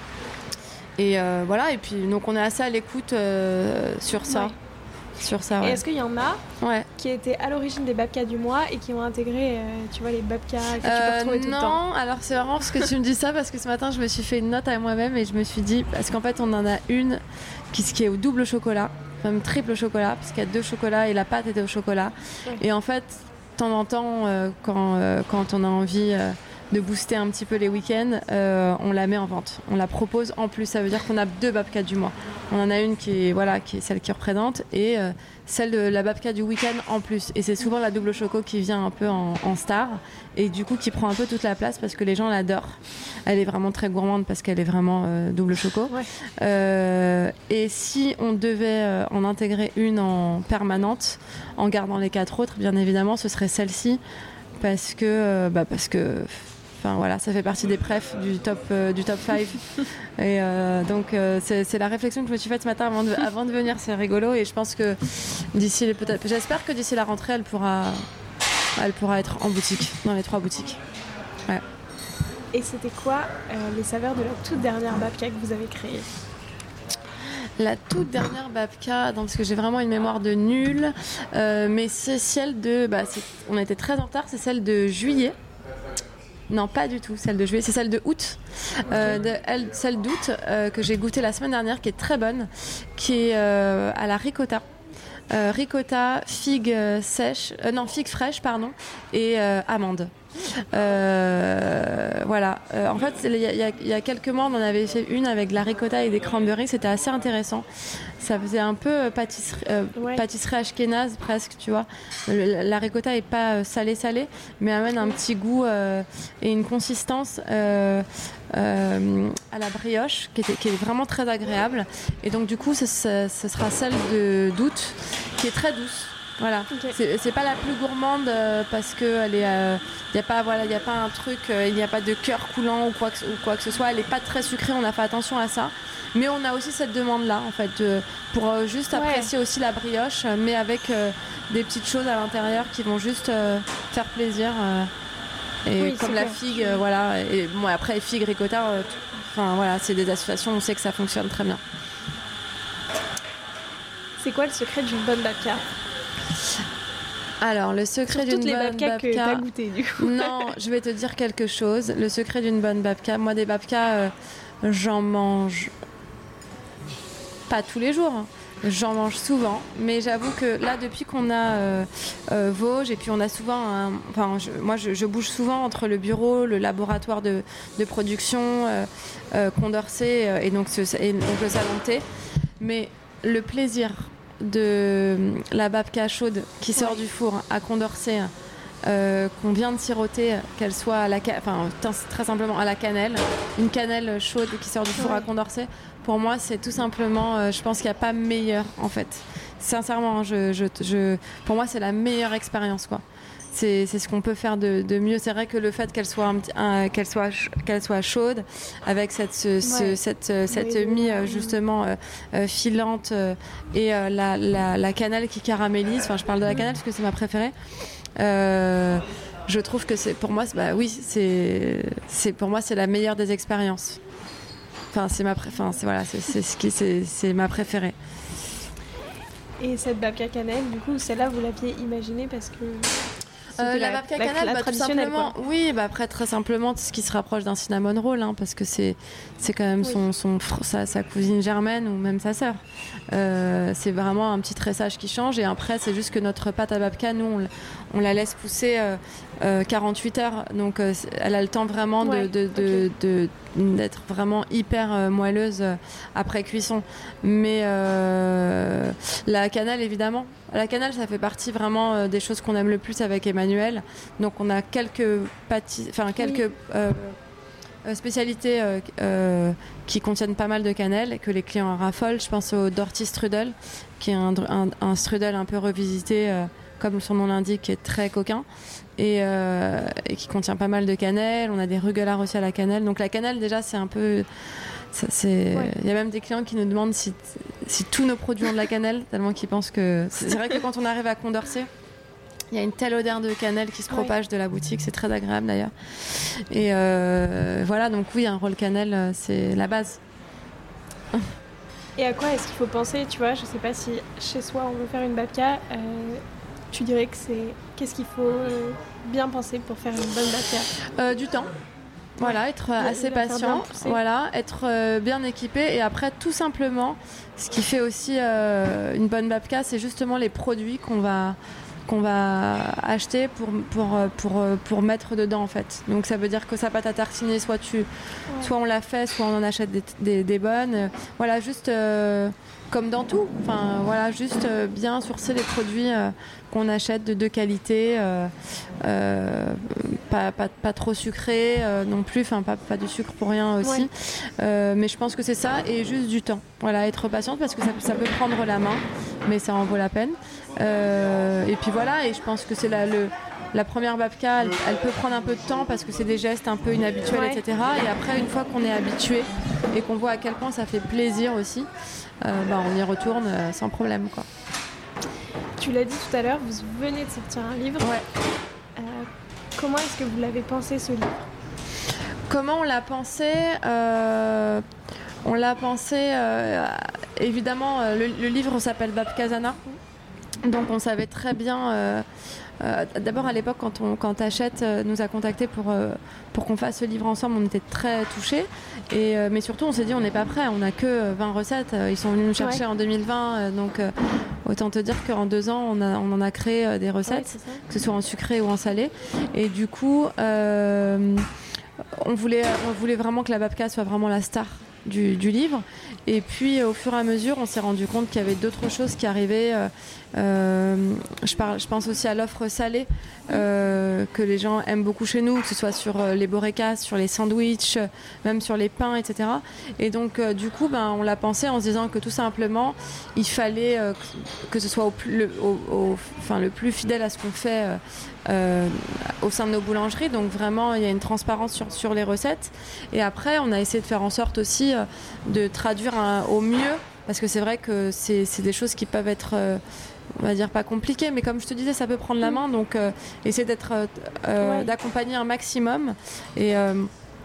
et euh, voilà, et puis donc on est assez à l'écoute euh, sur ça. Ouais. Sur ça, et ouais. est-ce qu'il y en a ouais. qui étaient à l'origine des babkas du mois et qui ont intégré, euh, tu vois, les babkas que tu Euh, peux retrouver tout le temps? Non, alors c'est marrant parce que tu me dis ça parce que ce matin je me suis fait une note à moi-même et je me suis dit, parce qu'en fait on en a une qui, qui est au double chocolat, même triple chocolat, parce qu'il y a deux chocolats et la pâte était au chocolat. Ouais. Et en fait, de temps en temps, euh, quand, euh, quand on a envie euh, de booster un petit peu les week-ends, euh, on la met en vente. On la propose en plus, ça veut dire qu'on a deux babkas du mois. On en a une qui est, voilà, qui est celle qui représente et euh, celle de la babka du week-end en plus. Et c'est souvent la double choco qui vient un peu en, en star et du coup qui prend un peu toute la place parce que les gens l'adorent. Elle est vraiment très gourmande parce qu'elle est vraiment euh, double choco. Ouais. Euh, et si on devait euh, en intégrer une en permanente, en gardant les quatre autres, bien évidemment, ce serait celle-ci parce que, euh, bah parce que Enfin, voilà, ça fait partie des prefs du top euh, du top cinq. Et euh, donc euh, c'est, c'est la réflexion que je me suis faite ce matin avant de, avant de venir. C'est rigolo et je pense que d'ici les, peut-être, j'espère que d'ici la rentrée, elle pourra, elle pourra être en boutique, dans les trois boutiques. Ouais. Et c'était quoi euh, les saveurs de la toute dernière babka que vous avez créée? La toute dernière babka, parce que j'ai vraiment une mémoire de nul, euh, mais c'est celle de, bah, c'est, on était très en retard, c'est celle de juillet. Non, pas du tout, celle de juillet, c'est celle de août. Euh, de, elle, celle d'août euh, que j'ai goûtée la semaine dernière, qui est très bonne, qui est euh, à la ricotta. Euh, ricotta, figue sèche, euh, non, figue fraîche, pardon, et euh, amande. Euh, voilà. Euh, en fait, il y, y, y a quelques mois, on en avait fait une avec de la ricotta et des cranberries. C'était assez intéressant. Ça faisait un peu pâtisserie, euh, ouais. pâtisserie ashkénaze presque, tu vois. Le, la ricotta est pas salée-salée, mais amène un petit goût euh, et une consistance euh, euh, à la brioche qui, était, qui est vraiment très agréable. Et donc, du coup, ce, ce, ce sera celle de, d'août qui est très douce. Voilà, okay. c'est, c'est pas la plus gourmande euh, parce que elle est, il euh, y a pas, voilà, il y a pas un truc, il euh, n'y a pas de cœur coulant ou quoi, que, ou quoi que ce soit. Elle est pas très sucrée, on a fait attention à ça. Mais on a aussi cette demande-là, en fait, euh, pour euh, juste ouais. apprécier aussi la brioche, mais avec euh, des petites choses à l'intérieur qui vont juste euh, faire plaisir. Euh, et oui, comme la clair. figue, euh, voilà. Et bon, après figue, ricotta, enfin euh, voilà, c'est des associations, on sait que ça fonctionne très bien. C'est quoi le secret d'une bonne babka? Alors, le secret Sur d'une les bonne babka, babka que t'as goûté, du coup. Non, je vais te dire quelque chose. Le secret d'une bonne babka, moi des babkas, euh, j'en mange pas tous les jours. Hein. J'en mange souvent, mais j'avoue que là, depuis qu'on a euh, euh, Vosges, et puis on a souvent, un, enfin, je, moi, je, je bouge souvent entre le bureau, le laboratoire de, de production, euh, euh, Condorcet, euh, et donc, ce, et donc le salon de thé. Mais le plaisir de la babka chaude qui sort ouais. du four à Condorcet, euh, qu'on vient de siroter, qu'elle soit à la ca- enfin, très simplement à la cannelle, une cannelle chaude qui sort du four ouais. à Condorcet, pour moi c'est tout simplement, euh, je pense qu'il n'y a pas meilleur en fait. Sincèrement, je, je, je, pour moi c'est la meilleure expérience quoi. C'est, c'est ce qu'on peut faire de, de mieux. C'est vrai que le fait qu'elle soit, un, un, qu'elle soit, qu'elle soit chaude, avec cette, ce, ce, ouais. cette, cette oui, mie oui. justement euh, euh, filante euh, et euh, la, la, la cannelle qui caramélise. Enfin, je parle de la cannelle parce que c'est ma préférée. Euh, je trouve que c'est pour moi, c'est, bah oui, c'est, c'est pour moi c'est la meilleure des expériences. Enfin, c'est ma, pré- enfin, c'est voilà, c'est, c'est ce qui, c'est, c'est ma préférée. Et cette babka cannelle, du coup, celle-là, vous l'aviez imaginée parce que Euh, la babka cannelle, bah, tout simplement. Quoi. Oui, bah après très simplement ce qui se rapproche d'un cinnamon roll, hein, parce que c'est c'est quand même oui. son, son sa, sa cousine germaine ou même sa sœur. Euh, c'est vraiment un petit tressage qui change et après c'est juste que notre pâte à babka, nous on, on la laisse pousser euh, euh, quarante-huit heures, donc euh, elle a le temps vraiment de, ouais. de, de, okay. de, de d'être vraiment hyper euh, moelleuse euh, après cuisson. Mais euh, la cannelle évidemment. La cannelle, ça fait partie vraiment euh, des choses qu'on aime le plus avec Emmanuel. Donc on a quelques, pâtis- enfin, quelques oui. euh, euh, spécialités euh, euh, qui contiennent pas mal de cannelle et que les clients raffolent. Je pense au Dorty Strudel, qui est un, un, un strudel un peu revisité euh, comme son nom l'indique, est très coquin et, euh, et qui contient pas mal de cannelle. On a des rugelars aussi à la cannelle. Donc la cannelle, déjà, c'est un peu... Ça, c'est... Ouais. Il y a même des clients qui nous demandent si, si tous nos produits ont de la cannelle, tellement qu'ils pensent que... C'est vrai que quand on arrive à Condorcet, il y a une telle odeur de cannelle qui se propage ouais. de la boutique, c'est très agréable d'ailleurs. Et euh, voilà, donc oui, un roll cannelle, c'est la base. Et à quoi est-ce qu'il faut penser, tu vois, je sais pas si chez soi on veut faire une babka, euh, tu dirais que c'est... Qu'est-ce qu'il faut euh, bien penser pour faire une bonne babka euh, Du temps. Voilà, être ouais, assez patient, voilà, être euh, bien équipé et après tout simplement, ce qui fait aussi euh, une bonne babka, c'est justement les produits qu'on va qu'on va acheter pour pour pour pour mettre dedans en fait. Donc ça veut dire que sa pâte à tartiner, soit tu, ouais. soit on la fait, soit on en achète des des, des bonnes. Voilà, juste euh, comme dans tout. Enfin voilà, juste euh, bien sourcer les produits euh, qu'on achète de, de qualité, euh, euh, pas, pas, pas trop sucré euh, non plus, enfin pas, pas du sucre pour rien aussi. Ouais. Euh, mais je pense que c'est ça et juste du temps. Voilà, être patiente parce que ça, ça peut prendre la main, mais ça en vaut la peine. Euh, et puis voilà, et je pense que c'est la, le, la première babka, elle, elle peut prendre un peu de temps parce que c'est des gestes un peu inhabituels, ouais. et cetera. Et après, une fois qu'on est habitué et qu'on voit à quel point ça fait plaisir aussi, euh, bah, on y retourne euh, sans problème, quoi. Tu l'as dit tout à l'heure, vous venez de sortir un livre. Ouais. Euh, comment est-ce que vous l'avez pensé, ce livre ? Comment on l'a pensé euh, On l'a pensé, euh, évidemment, euh, le, le livre s'appelle Babkazana. Donc on savait très bien, euh, euh, d'abord à l'époque quand, on, quand Hachette euh, nous a contactés pour, euh, pour qu'on fasse ce livre ensemble, on était très touchés. Et, euh, mais surtout on s'est dit on n'est pas prêts, on n'a que vingt recettes, ils sont venus nous chercher ouais. en deux mille vingt, euh, donc euh, autant te dire qu'en deux ans on, a, on en a créé euh, des recettes, ouais, que ce soit en sucré ou en salé. Et du coup euh, on, voulait, on voulait vraiment que la babka soit vraiment la star Du, du livre et puis au fur et à mesure on s'est rendu compte qu'il y avait d'autres choses qui arrivaient euh, euh, je, parle, je pense aussi à l'offre salée euh, que les gens aiment beaucoup chez nous, que ce soit sur euh, les borekas, sur les sandwichs, même sur les pains, etc. Et donc euh, du coup ben, on l'a pensé en se disant que tout simplement il fallait euh, que ce soit au plus, le, au, au, enfin, le plus fidèle à ce qu'on fait euh, Euh, au sein de nos boulangeries, donc vraiment il y a une transparence sur, sur les recettes et après on a essayé de faire en sorte aussi euh, de traduire un, au mieux parce que c'est vrai que c'est, c'est des choses qui peuvent être euh, on va dire pas compliquées mais comme je te disais ça peut prendre la main donc euh, essayer d'être euh, euh, ouais. d'accompagner un maximum et euh,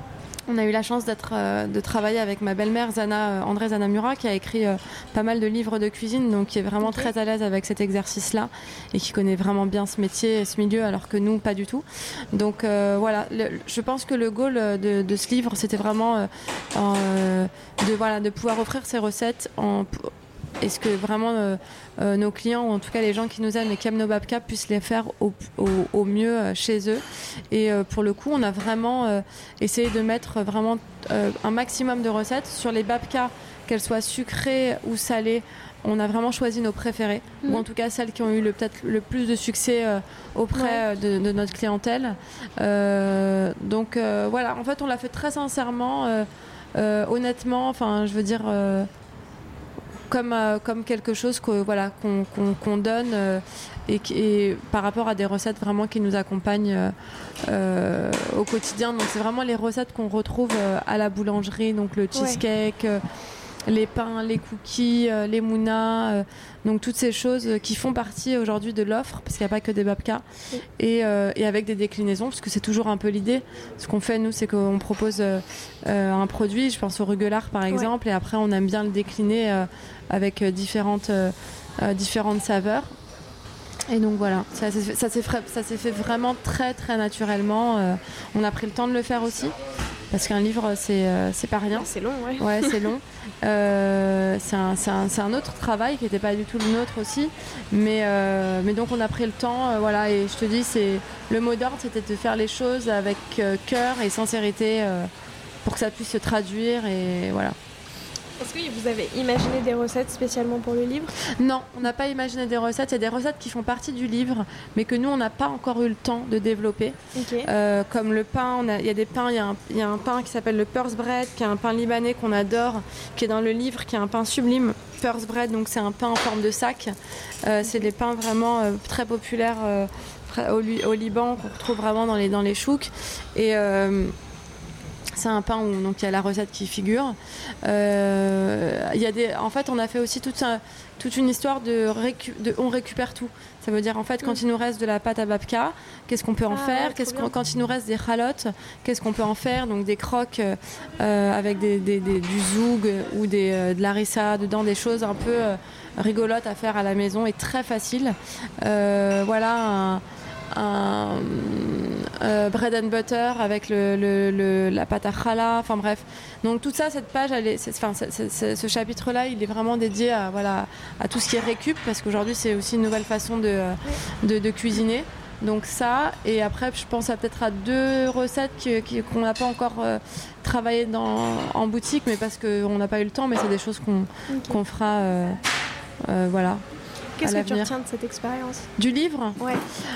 on a eu la chance d'être, euh, de travailler avec ma belle-mère Zana, euh, André Zanamura qui a écrit euh, pas mal de livres de cuisine donc qui est vraiment okay. très à l'aise avec cet exercice-là et qui connaît vraiment bien ce métier et ce milieu alors que nous pas du tout. Donc euh, voilà, le, je pense que le goal de, de ce livre c'était vraiment euh, euh, de, voilà, de pouvoir offrir ces recettes en... Est-ce que vraiment euh, euh, nos clients, ou en tout cas les gens qui nous aiment et qui aiment nos babkas, puissent les faire au, au, au mieux euh, chez eux. Et euh, pour le coup, on a vraiment euh, essayé de mettre vraiment euh, un maximum de recettes sur les babkas, qu'elles soient sucrées ou salées. On a vraiment choisi nos préférés, mmh. ou en tout cas celles qui ont eu le, peut-être le plus de succès euh, auprès ouais. de, de notre clientèle. Euh, donc euh, voilà, en fait, on l'a fait très sincèrement, euh, euh, honnêtement. Enfin, je veux dire. Euh, Comme, euh, comme quelque chose que, voilà, qu'on, qu'on, qu'on donne euh, et, et par rapport à des recettes vraiment qui nous accompagnent euh, euh, au quotidien. Donc c'est vraiment les recettes qu'on retrouve euh, à la boulangerie, donc le cheesecake, ouais. euh, les pains, les cookies, euh, les mounas, euh, donc toutes ces choses qui font partie aujourd'hui de l'offre, parce qu'il n'y a pas que des babkas, oui. et, euh, et avec des déclinaisons, parce que c'est toujours un peu l'idée. Ce qu'on fait, nous, c'est qu'on propose euh, un produit, je pense au rugelard par exemple, ouais. et après on aime bien le décliner euh, avec différentes, euh, différentes saveurs. Et donc voilà, ça, ça, ça, s'est fait, ça s'est fait vraiment très très naturellement. Euh, on a pris le temps de le faire aussi. Parce qu'un livre, c'est, euh, c'est pas rien. C'est long, ouais. Ouais, c'est long. Euh, c'est, un, c'est, un, c'est un autre travail qui n'était pas du tout le nôtre aussi. Mais, euh, mais donc, on a pris le temps. Euh, voilà, et je te dis, c'est, le mot d'ordre, c'était de faire les choses avec euh, cœur et sincérité euh, pour que ça puisse se traduire. Et voilà. Est-ce que vous avez imaginé des recettes spécialement pour le livre ? Non, on n'a pas imaginé des recettes. Il y a des recettes qui font partie du livre, mais que nous, on n'a pas encore eu le temps de développer. Okay. Euh, comme le pain, on a, il y a des pains. Il y a un, il y a un pain qui s'appelle le Purse Bread, qui est un pain libanais qu'on adore, qui est dans le livre, qui est un pain sublime. Purse Bread, donc c'est un pain en forme de sac. Euh, c'est des pains vraiment euh, très populaires euh, au, au Liban, qu'on retrouve vraiment dans les, dans les chouks. Et... Euh, c'est un pain où donc il y a la recette qui figure. Euh, il y a des, en fait, on a fait aussi toute, un, toute une histoire de, récu, de on récupère tout. Ça veut dire en fait, quand mmh. il nous reste de la pâte à babka, qu'est-ce qu'on peut en ah, faire ouais, qu'est-ce qu'on, quand il nous reste des chalotes, qu'est-ce qu'on peut en faire? Donc des croques euh, avec des, des, des, du zoug ou des, euh, de l'arissa dedans, des choses un peu euh, rigolotes à faire à la maison et très faciles. Euh, voilà un, un euh, bread and butter avec le, le, le, la pâte à challah, enfin bref. Donc tout ça, cette page, elle est, c'est, enfin, c'est, c'est, c'est, ce chapitre-là, il est vraiment dédié à, voilà, à tout ce qui est récup, parce qu'aujourd'hui c'est aussi une nouvelle façon de, de, de cuisiner. Donc ça, et après je pense à peut-être à deux recettes qui, qui, qu'on n'a pas encore euh, travaillé dans, en boutique, mais parce qu'on n'a pas eu le temps, mais c'est des choses qu'on, okay. qu'on fera, euh, euh, voilà. Qu'est-ce que tu retiens de cette expérience ? Du livre ? Ouais.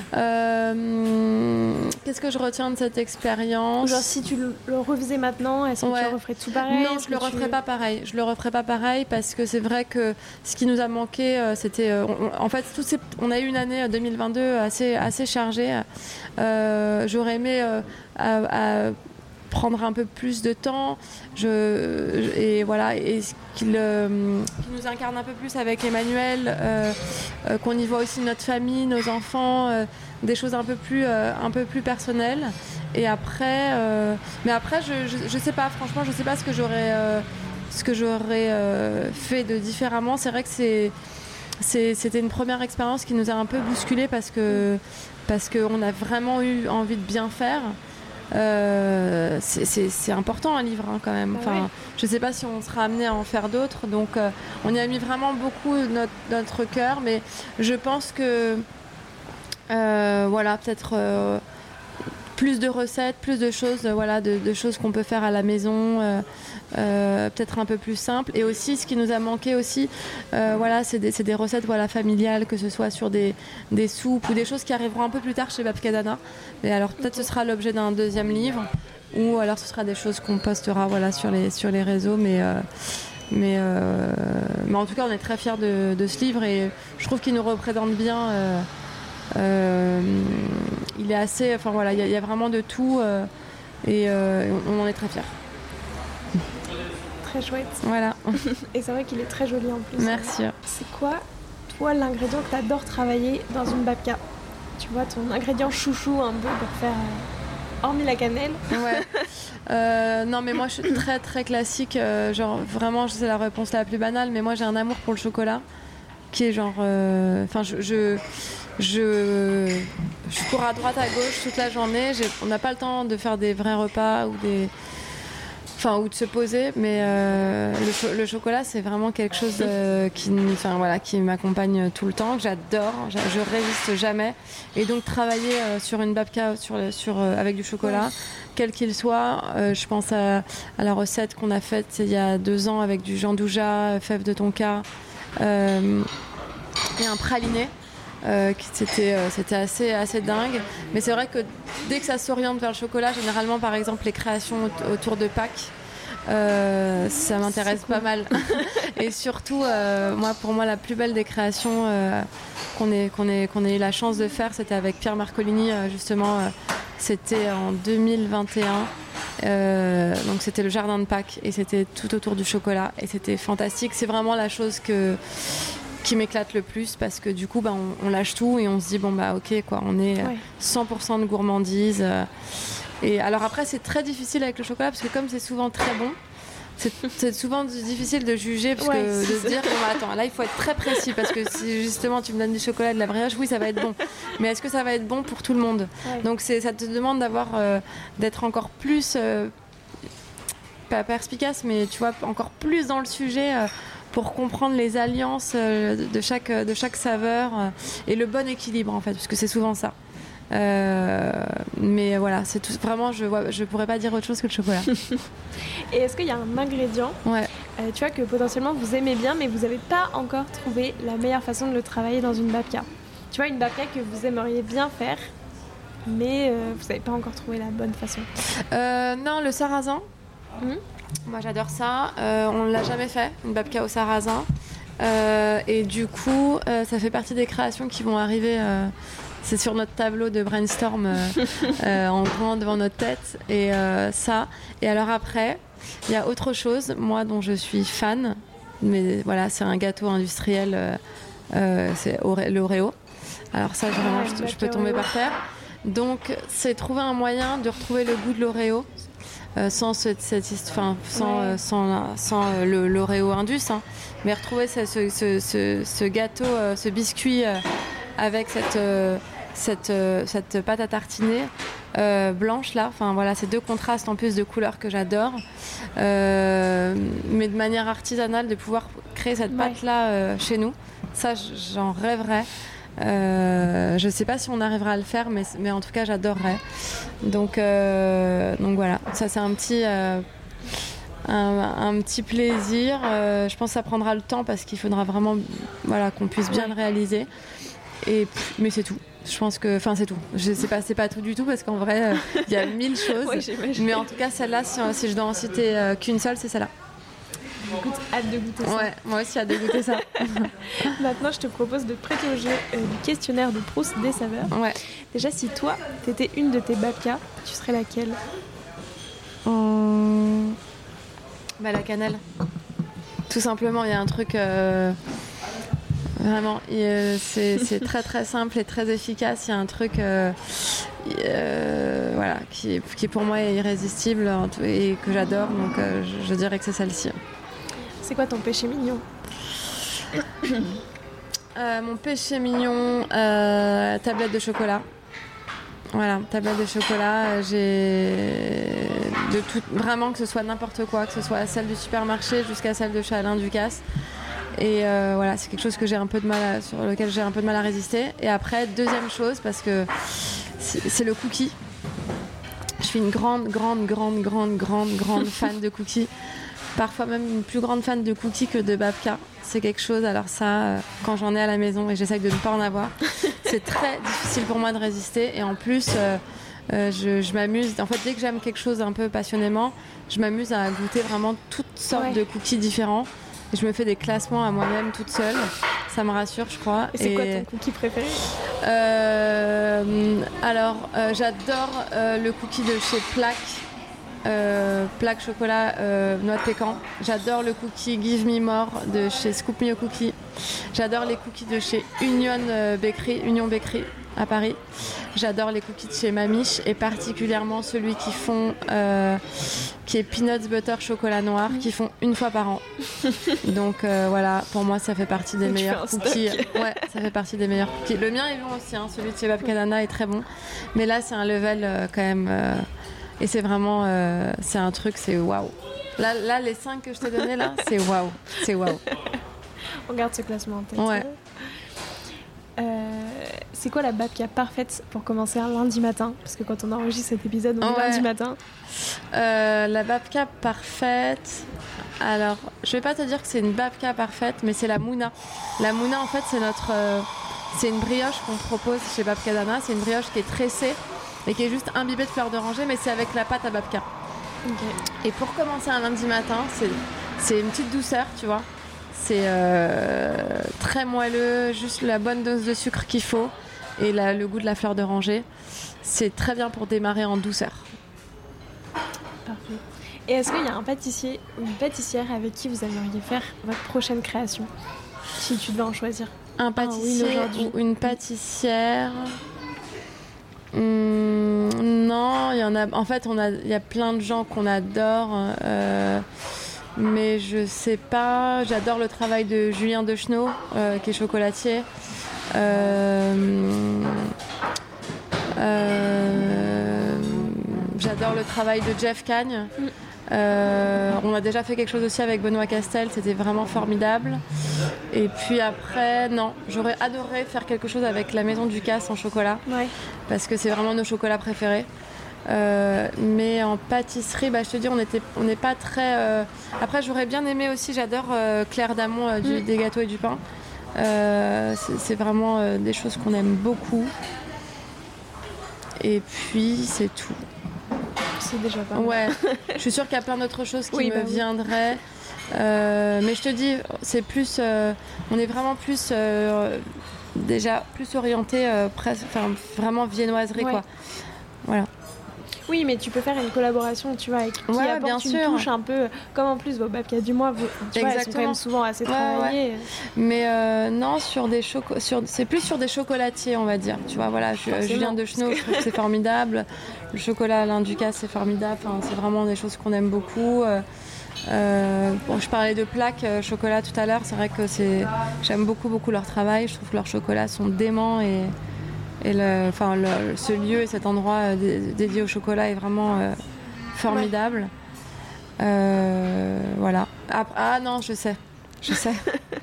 Euh, qu'est-ce que je retiens de cette expérience ? Genre si tu le, le refaisais maintenant, est-ce que ouais. tu le referais tout pareil ? Non, je le referais tu... pas pareil. Je le referais pas pareil parce que c'est vrai que ce qui nous a manqué, euh, c'était, euh, on, en fait, tout ces, on a eu une année deux mille vingt-deux assez assez chargée. Euh, j'aurais aimé euh, à, à prendre un peu plus de temps, je, et voilà, et qu'il, euh, qu'il nous incarne un peu plus avec Emmanuel, euh, euh, qu'on y voit aussi notre famille, nos enfants, euh, des choses un peu plus, euh, un peu plus personnelles. Et après, euh, mais après, je, je, je sais pas, franchement, je sais pas ce que j'aurais, euh, ce que j'aurais euh, fait de différemment. C'est vrai que c'est, c'est, c'était une première expérience qui nous a un peu bousculé parce que, parce qu'on a vraiment eu envie de bien faire. Euh, c'est, c'est, c'est important un livre hein, quand même. Enfin, ouais. Je sais pas si on sera amené à en faire d'autres, donc euh, on y a mis vraiment beaucoup notre, notre cœur, mais je pense que euh, voilà, peut-être euh, plus de recettes, plus de choses, euh, voilà, de, de choses qu'on peut faire à la maison, euh, euh, peut-être un peu plus simples. Et aussi, ce qui nous a manqué aussi, euh, voilà, c'est des, c'est des recettes voilà, familiales, que ce soit sur des, des soupes ou des choses qui arriveront un peu plus tard chez Babka Dana. Mais alors peut-être ce sera l'objet d'un deuxième livre, ou alors ce sera des choses qu'on postera voilà, sur, les, sur les réseaux. Mais, euh, mais, euh, mais en tout cas, on est très fiers de, de ce livre et je trouve qu'il nous représente bien. Euh, euh, il est assez, enfin voilà, il y, y a vraiment de tout euh, et euh, on, on en est très fiers. Très chouette. Voilà. Et c'est vrai qu'il est très joli en plus. Merci. C'est quoi, toi, l'ingrédient que tu adores travailler dans une babka ? Tu vois, ton ingrédient chouchou un peu pour faire, euh, hormis la cannelle. Ouais. euh, non, mais moi, je suis très, très classique. Euh, genre, vraiment, c'est la réponse la plus banale, mais moi, j'ai un amour pour le chocolat qui est genre... Enfin, euh, je... je Je, je cours à droite à gauche toute la journée. J'ai, on n'a pas le temps de faire des vrais repas ou des, enfin ou de se poser. Mais euh, le, cho- le chocolat, c'est vraiment quelque chose de, qui, enfin voilà, qui m'accompagne tout le temps, que j'adore. Je, je résiste jamais. Et donc travailler euh, sur une babka sur, sur euh, avec du chocolat, quel qu'il soit. Euh, je pense à, à la recette qu'on a faite il y a deux ans avec du jandouja, fèves de tonka euh, et un praliné. Euh, c'était, euh, c'était assez, assez dingue, mais c'est vrai que dès que ça s'oriente vers le chocolat, généralement par exemple les créations au- autour de Pâques, euh, ça m'intéresse cool. Pas mal. Et surtout, euh, moi, pour moi, la plus belle des créations euh, qu'on ait, qu'on ait, qu'on ait eu la chance de faire, c'était avec Pierre Marcolini, euh, justement, euh, c'était en deux mille vingt et un. Euh, donc c'était le jardin de Pâques et c'était tout autour du chocolat et c'était fantastique. C'est vraiment la chose que qui m'éclate le plus parce que du coup bah, on, on lâche tout et on se dit bon bah ok quoi, on est ouais. cent pour cent de gourmandise euh, et alors après c'est très difficile avec le chocolat parce que comme c'est souvent très bon, c'est, c'est souvent difficile de juger parce ouais, que de se dire bon bah, attends là il faut être très précis parce que si justement tu me donnes du chocolat et de la brioche, oui ça va être bon mais est-ce que ça va être bon pour tout le monde ouais. Donc c'est, ça te demande d'avoir euh, d'être encore plus euh, pas perspicace mais tu vois encore plus dans le sujet euh, pour comprendre les alliances de chaque, de chaque saveur et le bon équilibre en fait, parce que c'est souvent ça. Euh, mais voilà, c'est tout, vraiment, je ne pourrais pas dire autre chose que le chocolat. Et est-ce qu'il y a un ingrédient ouais. euh, tu vois, que potentiellement vous aimez bien, mais vous n'avez pas encore trouvé la meilleure façon de le travailler dans une babka. Tu vois, une babka que vous aimeriez bien faire, mais euh, vous n'avez pas encore trouvé la bonne façon. Euh, non, le sarrasin. Mmh. Moi, j'adore ça. Euh, on ne l'a jamais fait, une babka au sarrasin. Euh, et du coup, euh, ça fait partie des créations qui vont arriver. Euh, c'est sur notre tableau de brainstorm euh, euh, en grand devant notre tête. Et euh, ça. Et alors après, il y a autre chose, moi, dont je suis fan. Mais voilà, c'est un gâteau industriel. Euh, euh, c'est l'Oreo. Alors ça, vraiment, ouais, je, je peux tomber par terre. Donc, c'est trouver un moyen de retrouver le goût de l'Oreo. Euh, sans, ce, cette, enfin, sans, ouais. euh, sans, sans euh, le, l'Oreo Indus, hein. Mais retrouver ce, ce, ce, ce, ce gâteau, euh, ce biscuit euh, avec cette, euh, cette, euh, cette pâte à tartiner euh, blanche là. Enfin voilà, ces deux contrastes en plus de couleurs que j'adore. Euh, mais de manière artisanale, de pouvoir créer cette pâte là euh, chez nous, ça j'en rêverais. Euh, je sais pas si on arrivera à le faire, mais, mais en tout cas j'adorerais. Donc, euh, donc voilà, ça c'est un petit, euh, un, un petit plaisir. Euh, je pense que ça prendra le temps parce qu'il faudra vraiment voilà, qu'on puisse bien le réaliser. Et, mais c'est tout. Je pense que, enfin c'est tout. Je sais pas, c'est pas tout du tout parce qu'en vrai il euh, y a mille choses. Ouais, mais en tout cas celle-là, si, si je dois en citer euh, qu'une seule, c'est celle-là. Écoute, hâte de goûter ça. Ouais, moi aussi hâte de goûter ça. Maintenant, je te propose de prêter au jeu euh, du questionnaire de Proust des saveurs. Ouais. Déjà, si toi, t'étais une de tes babkas, tu serais laquelle ? hum... Bah la cannelle. Tout simplement, il y a un truc... Euh... Vraiment, euh, c'est, c'est très très simple et très efficace. Il y a un truc... Euh... Euh, voilà, qui, qui pour moi est irrésistible et que j'adore, donc euh, je, je dirais que c'est celle-ci. C'est quoi ton péché mignon ? euh, Mon péché mignon, euh, tablette de chocolat. Voilà, tablette de chocolat. J'ai de tout, vraiment que ce soit n'importe quoi, que ce soit celle du supermarché jusqu'à celle de chez Alain Ducasse. Et euh, voilà, c'est quelque chose que j'ai un peu de mal à, sur lequel j'ai un peu de mal à résister. Et après, deuxième chose, parce que c'est, c'est le cookie. Je suis une grande, grande, grande, grande, grande, grande fan de cookies. Parfois même une plus grande fan de cookies que de babka. C'est quelque chose, alors ça, euh, quand j'en ai à la maison et j'essaye de ne pas en avoir, c'est très difficile pour moi de résister. Et en plus, euh, euh, je, je m'amuse. En fait, dès que j'aime quelque chose un peu passionnément, je m'amuse à goûter vraiment toutes sortes ouais. de cookies différents. Et je me fais des classements à moi-même toute seule. Ça me rassure, je crois. Et c'est et... quoi ton cookie préféré ? euh, Alors, euh, j'adore euh, le cookie de chez Plaque. Euh, plaque chocolat euh, noix de pécan. J'adore le cookie Give Me More de chez Scoop Me Cookie. J'adore les cookies de chez Union euh, Bakery, Union Bakery à Paris. J'adore les cookies de chez Mamiche et particulièrement celui qui font euh, qui est peanuts butter chocolat noir mmh. qui font une fois par an. Donc euh, voilà, pour moi ça fait partie des tu meilleurs cookies. Ouais, ça fait partie des meilleurs cookies. Le mien est bon aussi, hein, celui de chez Babka Dana est très bon. Mais là c'est un level euh, quand même. Euh, Et c'est vraiment, euh, c'est un truc, c'est waouh. Là, là, les cinq que je t'ai donnés là, c'est waouh, c'est waouh. On garde ce classement en tête. Ouais. Euh, c'est quoi la babka parfaite pour commencer un lundi matin ? Parce que quand on enregistre cet épisode, on est ouais. lundi matin. Euh, la babka parfaite. Alors, je vais pas te dire que c'est une babka parfaite, mais c'est la mouna. La mouna, en fait, c'est notre, euh, c'est une brioche qu'on propose chez Babka Dana. C'est une brioche qui est tressée. Et qui est juste imbibée de fleurs d'oranger, mais c'est avec la pâte à babka. Okay. Et pour commencer un lundi matin, c'est, c'est une petite douceur, tu vois. C'est euh, très moelleux, juste la bonne dose de sucre qu'il faut et la, le goût de la fleur d'oranger. C'est très bien pour démarrer en douceur. Parfait. Et est-ce qu'il y a un pâtissier ou une pâtissière avec qui vous aimeriez faire votre prochaine création ? Si tu devais en choisir. Un pâtissier ah, oui, ou une pâtissière... Mmh, non, il y en a. En fait, on a, il y a plein de gens qu'on adore, euh, mais je sais pas. J'adore le travail de Julien Dechenaux, euh, qui est chocolatier. Euh, euh, j'adore le travail de Jeff Cagne. Mmh. Euh, on a déjà fait quelque chose aussi avec Benoît Castel, c'était vraiment formidable. Et puis après, non, j'aurais adoré faire quelque chose avec la Maison Ducasse en chocolat, ouais. parce que c'est vraiment nos chocolats préférés. Euh, mais en pâtisserie, bah, je te dis, on était, on n'est pas très. Euh... Après, j'aurais bien aimé aussi. J'adore euh, Claire Damon euh, du, mm. des gâteaux et du pain. Euh, c'est, c'est vraiment euh, des choses qu'on aime beaucoup. Et puis c'est tout. C'est déjà pas mal. Ouais. Je suis sûre qu'il y a plein d'autres choses qui oui, me bah viendraient. Oui. Euh, mais je te dis, c'est plus. Euh, on est vraiment plus. Euh, déjà plus orienté, euh, presque, enfin vraiment viennoiserie, ouais. quoi. Voilà. Oui, mais tu peux faire une collaboration, tu vois, avec qui ouais, apporte bien une sûr. touche un peu, comme en plus vos babkas du mois, vous, tu vois, elles sont quand même souvent assez ouais, travaillées. Ouais. Mais euh, non, sur des choco- sur, c'est plus sur des chocolatiers, on va dire. Tu vois, voilà, je, Julien Deschenaux, que... je trouve que c'est formidable. Le chocolat Alain Ducasse, c'est formidable. Enfin, c'est vraiment des choses qu'on aime beaucoup. Euh, euh, bon, je parlais de plaques euh, chocolat tout à l'heure. C'est vrai que c'est, j'aime beaucoup, beaucoup leur travail. Je trouve que leurs chocolats sont déments et Et le, enfin, le, ce lieu et cet endroit euh, dédié au chocolat est vraiment euh, formidable. Ouais. Euh, voilà. Ah, ah non, je sais. Je sais.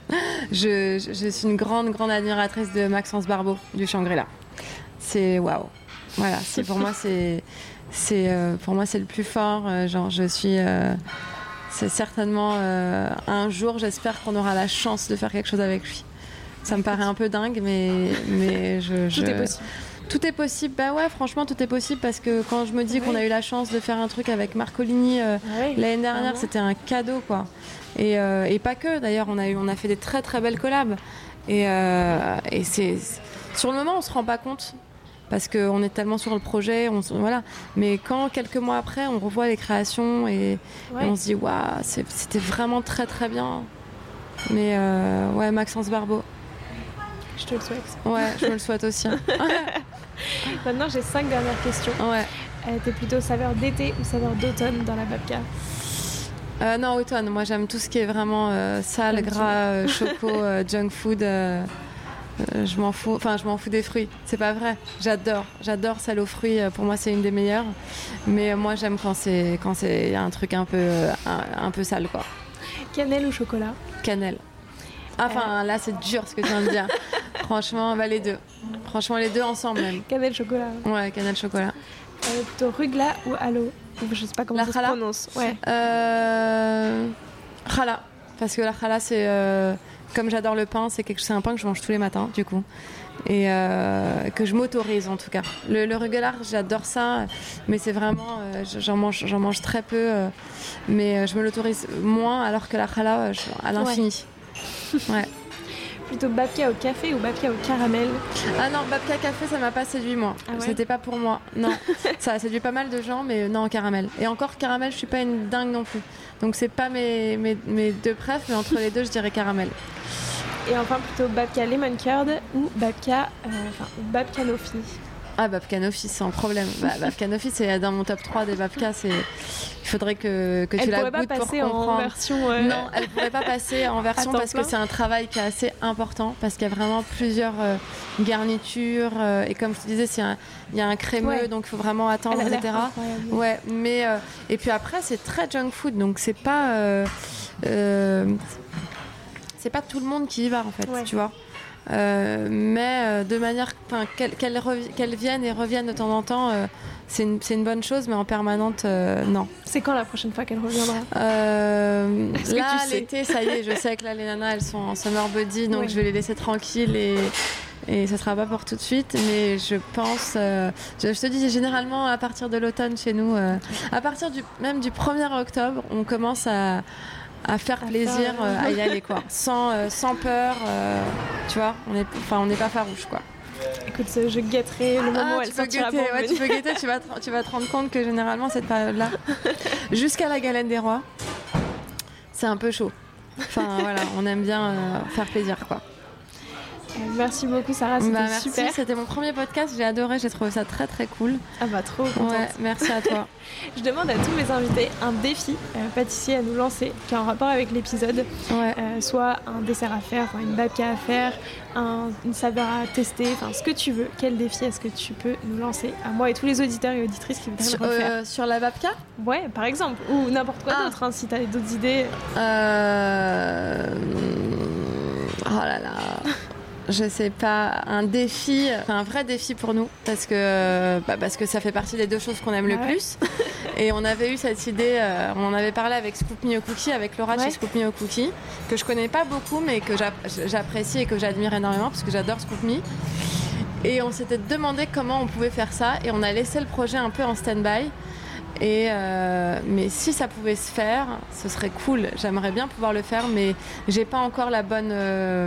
je, je, je suis une grande, grande admiratrice de Maxence Barbeau du Shangri-La. C'est waouh. Voilà. C'est, pour moi, c'est, c'est, euh, pour moi, c'est le plus fort. Euh, genre, je suis. Euh, c'est certainement euh, un jour, j'espère qu'on aura la chance de faire quelque chose avec lui. Ça me paraît un peu dingue, mais, mais je, je... Tout est possible. Tout est possible. Bah ouais, franchement, tout est possible parce que quand je me dis oui. qu'on a eu la chance de faire un truc avec Marcolini euh, oui, l'année dernière, vraiment. C'était un cadeau, quoi. Et, euh, et pas que, d'ailleurs, on a, eu, on a fait des très très belles collabs. Et, euh, et c'est, sur le moment, on se rend pas compte parce qu'on est tellement sur le projet. On, voilà. Mais quand, quelques mois après, on revoit les créations et, ouais. et on se dit, waouh, c'était vraiment très très bien. Mais euh, ouais, Maxence Barbeau. Je te le souhaite. Ouais, je me le souhaite aussi. Maintenant, j'ai cinq dernières questions. Ouais. Euh, t'es plutôt saveur d'été ou saveur d'automne dans la babka? euh, Non, automne. Moi, j'aime tout ce qui est vraiment euh, sale, gras, euh, choco, euh, junk food. Euh, euh, je m'en fous. Enfin, je m'en fous des fruits. C'est pas vrai. J'adore. J'adore celle aux fruits. Pour moi, c'est une des meilleures. Mais euh, moi, j'aime quand c'est quand c'est un truc un peu euh, un, un peu sale, quoi. Cannelle ou chocolat? Cannelle. Enfin, euh... là, c'est dur ce que tu viens de dire. Franchement, bah, les deux. Franchement, les deux ensemble même. Cannelle chocolat. Ouais, cannelle chocolat. Euh, plutôt rugla ou alo? Je sais pas comment la ça chala. se prononce. Ouais. Euh... Chala. Parce que la chala, c'est euh... comme j'adore le pain, c'est quelque... c'est un pain que je mange tous les matins, du coup. Et euh... que je m'autorise en tout cas. Le, le rugla, j'adore ça, mais c'est vraiment, euh, j'en mange, j'en mange très peu, euh... mais euh, je me l'autorise moins, alors que la chala, je... à l'infini. Ouais. ouais. Plutôt babka au café ou babka au caramel? Ah non, babka café, ça m'a pas séduit moi. Ah ouais. C'était pas pour moi. Non, ça a séduit pas mal de gens, mais non, caramel. Et encore caramel, je suis pas une dingue non plus. Donc c'est pas mes, mes, mes deux préf, mais entre les deux, je dirais caramel. Et enfin plutôt babka lemon curd ou babka, euh, enfin babka nofi? Ah, babka nofi, sans problème. Bah, babka nofi, c'est dans mon top trois des babkas. C'est... Il faudrait que, que tu la goûtes pour comprendre. Elle pourrait pas passer en version... Euh... Non, elle pourrait pas passer en version parce plein. Que c'est un travail qui est assez important, parce qu'il y a vraiment plusieurs euh, garnitures. Euh, et comme je te disais, c'est un, il y a un crémeux, ouais. Donc il faut vraiment attendre, et cetera. Ouais, mais... Euh, et puis après, c'est très junk food, donc c'est pas... Euh, euh, c'est pas tout le monde qui y va, en fait, ouais. Tu vois. Euh, mais euh, de manière qu'elle, qu'elle, rev- qu'elle vienne et revienne de temps en temps, euh, c'est, une, c'est une bonne chose, mais en permanente, euh, non. C'est quand la prochaine fois qu'elle reviendra? euh, Là, tu l'été, sais ça y est, je sais que là, les nanas, elles sont en summer body, donc oui. Je vais les laisser tranquilles et, et ça sera pas pour tout de suite, mais je pense, euh, je, je te dis, généralement, à partir de l'automne chez nous, euh, à partir du, même du premier octobre, on commence à à faire plaisir euh, à y aller, quoi, sans, euh, sans peur, euh, tu vois, on est, enfin on n'est pas farouche, quoi. Écoute, je guetterai le moment ah, où elle sortira. Guetter, ouais, tu peux guetter, tu vas, te, tu vas te rendre compte que généralement cette période-là, jusqu'à la galette des rois, c'est un peu chaud. Enfin voilà, on aime bien euh, faire plaisir, quoi. Merci beaucoup Sarah, c'était bah, merci, super. C'était mon premier podcast, j'ai adoré, j'ai trouvé ça très très cool. Ah bah trop contente. Ouais, merci à toi. Je demande à tous mes invités un défi euh, pâtissier à nous lancer qui a un rapport avec l'épisode. Ouais. Euh, soit un dessert à faire, une babka à faire, un, une saveur à tester, enfin ce que tu veux. Quel défi est-ce que tu peux nous lancer à moi et tous les auditeurs et auditrices qui voudraient sur, le refaire euh, Sur la babka? Ouais, par exemple, ou n'importe quoi ah. d'autre, hein, si t'as d'autres idées. Euh... Oh là là. je sais pas, un défi, un vrai défi pour nous, parce que, bah, parce que ça fait partie des deux choses qu'on aime ah le ouais. plus. Et on avait eu cette idée, euh, on en avait parlé avec Scoop Me au Cookie, avec Laura de ouais. chez Scoop Me au Cookie, que je connais pas beaucoup, mais que j'apprécie et que j'admire énormément, parce que j'adore Scoop Me. Et on s'était demandé comment on pouvait faire ça, et on a laissé le projet un peu en stand-by. Et euh, mais si ça pouvait se faire, ce serait cool. J'aimerais bien pouvoir le faire, mais j'ai pas encore la bonne, euh,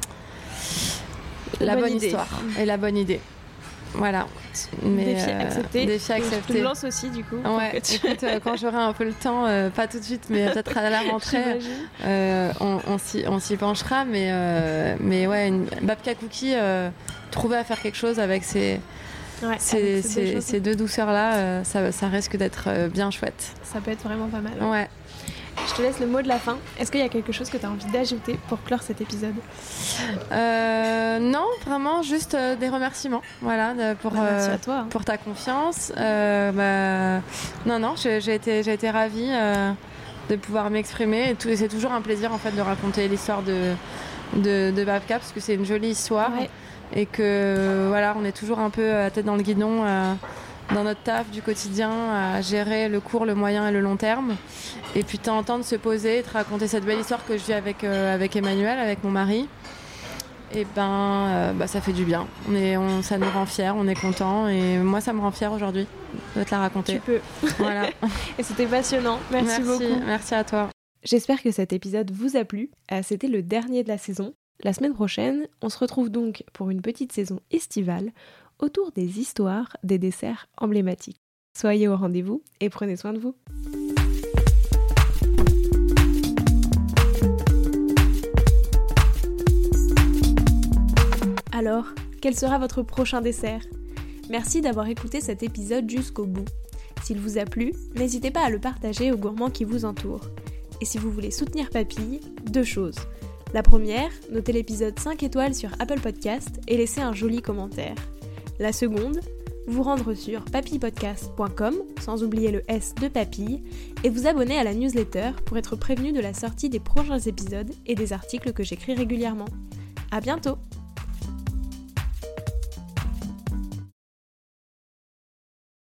la bonne bonne idée. histoire et la bonne idée. Voilà. Mais, défi accepté. Euh, défi accepté. Je te lance aussi du coup. Ouais. Tu... Écoute, euh, quand j'aurai un peu le temps, euh, pas tout de suite, mais peut-être à la rentrée, euh, on, on, s'y, on s'y penchera. Mais, euh, mais ouais, une Babka Cookie, euh, trouver à faire quelque chose avec ces Ouais, ces, ces, deux ces deux douceurs-là, euh, ça, ça risque d'être euh, bien chouette. Ça peut être vraiment pas mal. Ouais. ouais. Je te laisse le mot de la fin. Est-ce qu'il y a quelque chose que tu as envie d'ajouter pour clore cet épisode ? euh, Non, vraiment, juste euh, des remerciements. Voilà, de, pour, bah, merci euh, à toi. Hein. Pour ta confiance. Euh, bah, non, non, j'ai, j'ai, été, j'ai été ravie euh, de pouvoir m'exprimer. Et, tout, et c'est toujours un plaisir en fait, de raconter l'histoire de, de, de Babka, parce que c'est une jolie histoire. Ouais. Et que voilà, on est toujours un peu à tête dans le guidon euh, dans notre taf du quotidien à gérer le court, le moyen et le long terme. Et puis de temps en temps de se poser et de raconter cette belle histoire que je vis avec, euh, avec Emmanuel, avec mon mari. Et ben euh, bah, ça fait du bien. On est, on, ça nous rend fiers, on est contents. Et moi ça me rend fière aujourd'hui de te la raconter. Tu peux. Voilà. Et c'était passionnant. Merci, merci beaucoup. Merci à toi. J'espère que cet épisode vous a plu. Euh, c'était le dernier de la saison. La semaine prochaine, on se retrouve donc pour une petite saison estivale autour des histoires des desserts emblématiques. Soyez au rendez-vous et prenez soin de vous. Alors, quel sera votre prochain dessert ? Merci d'avoir écouté cet épisode jusqu'au bout. S'il vous a plu, n'hésitez pas à le partager aux gourmands qui vous entourent. Et si vous voulez soutenir Papille, deux choses. La première, notez l'épisode cinq étoiles sur Apple Podcast et laissez un joli commentaire. La seconde, vous rendre sur papille podcast point com, sans oublier le S de Papille, et vous abonner à la newsletter pour être prévenu de la sortie des prochains épisodes et des articles que j'écris régulièrement. À bientôt!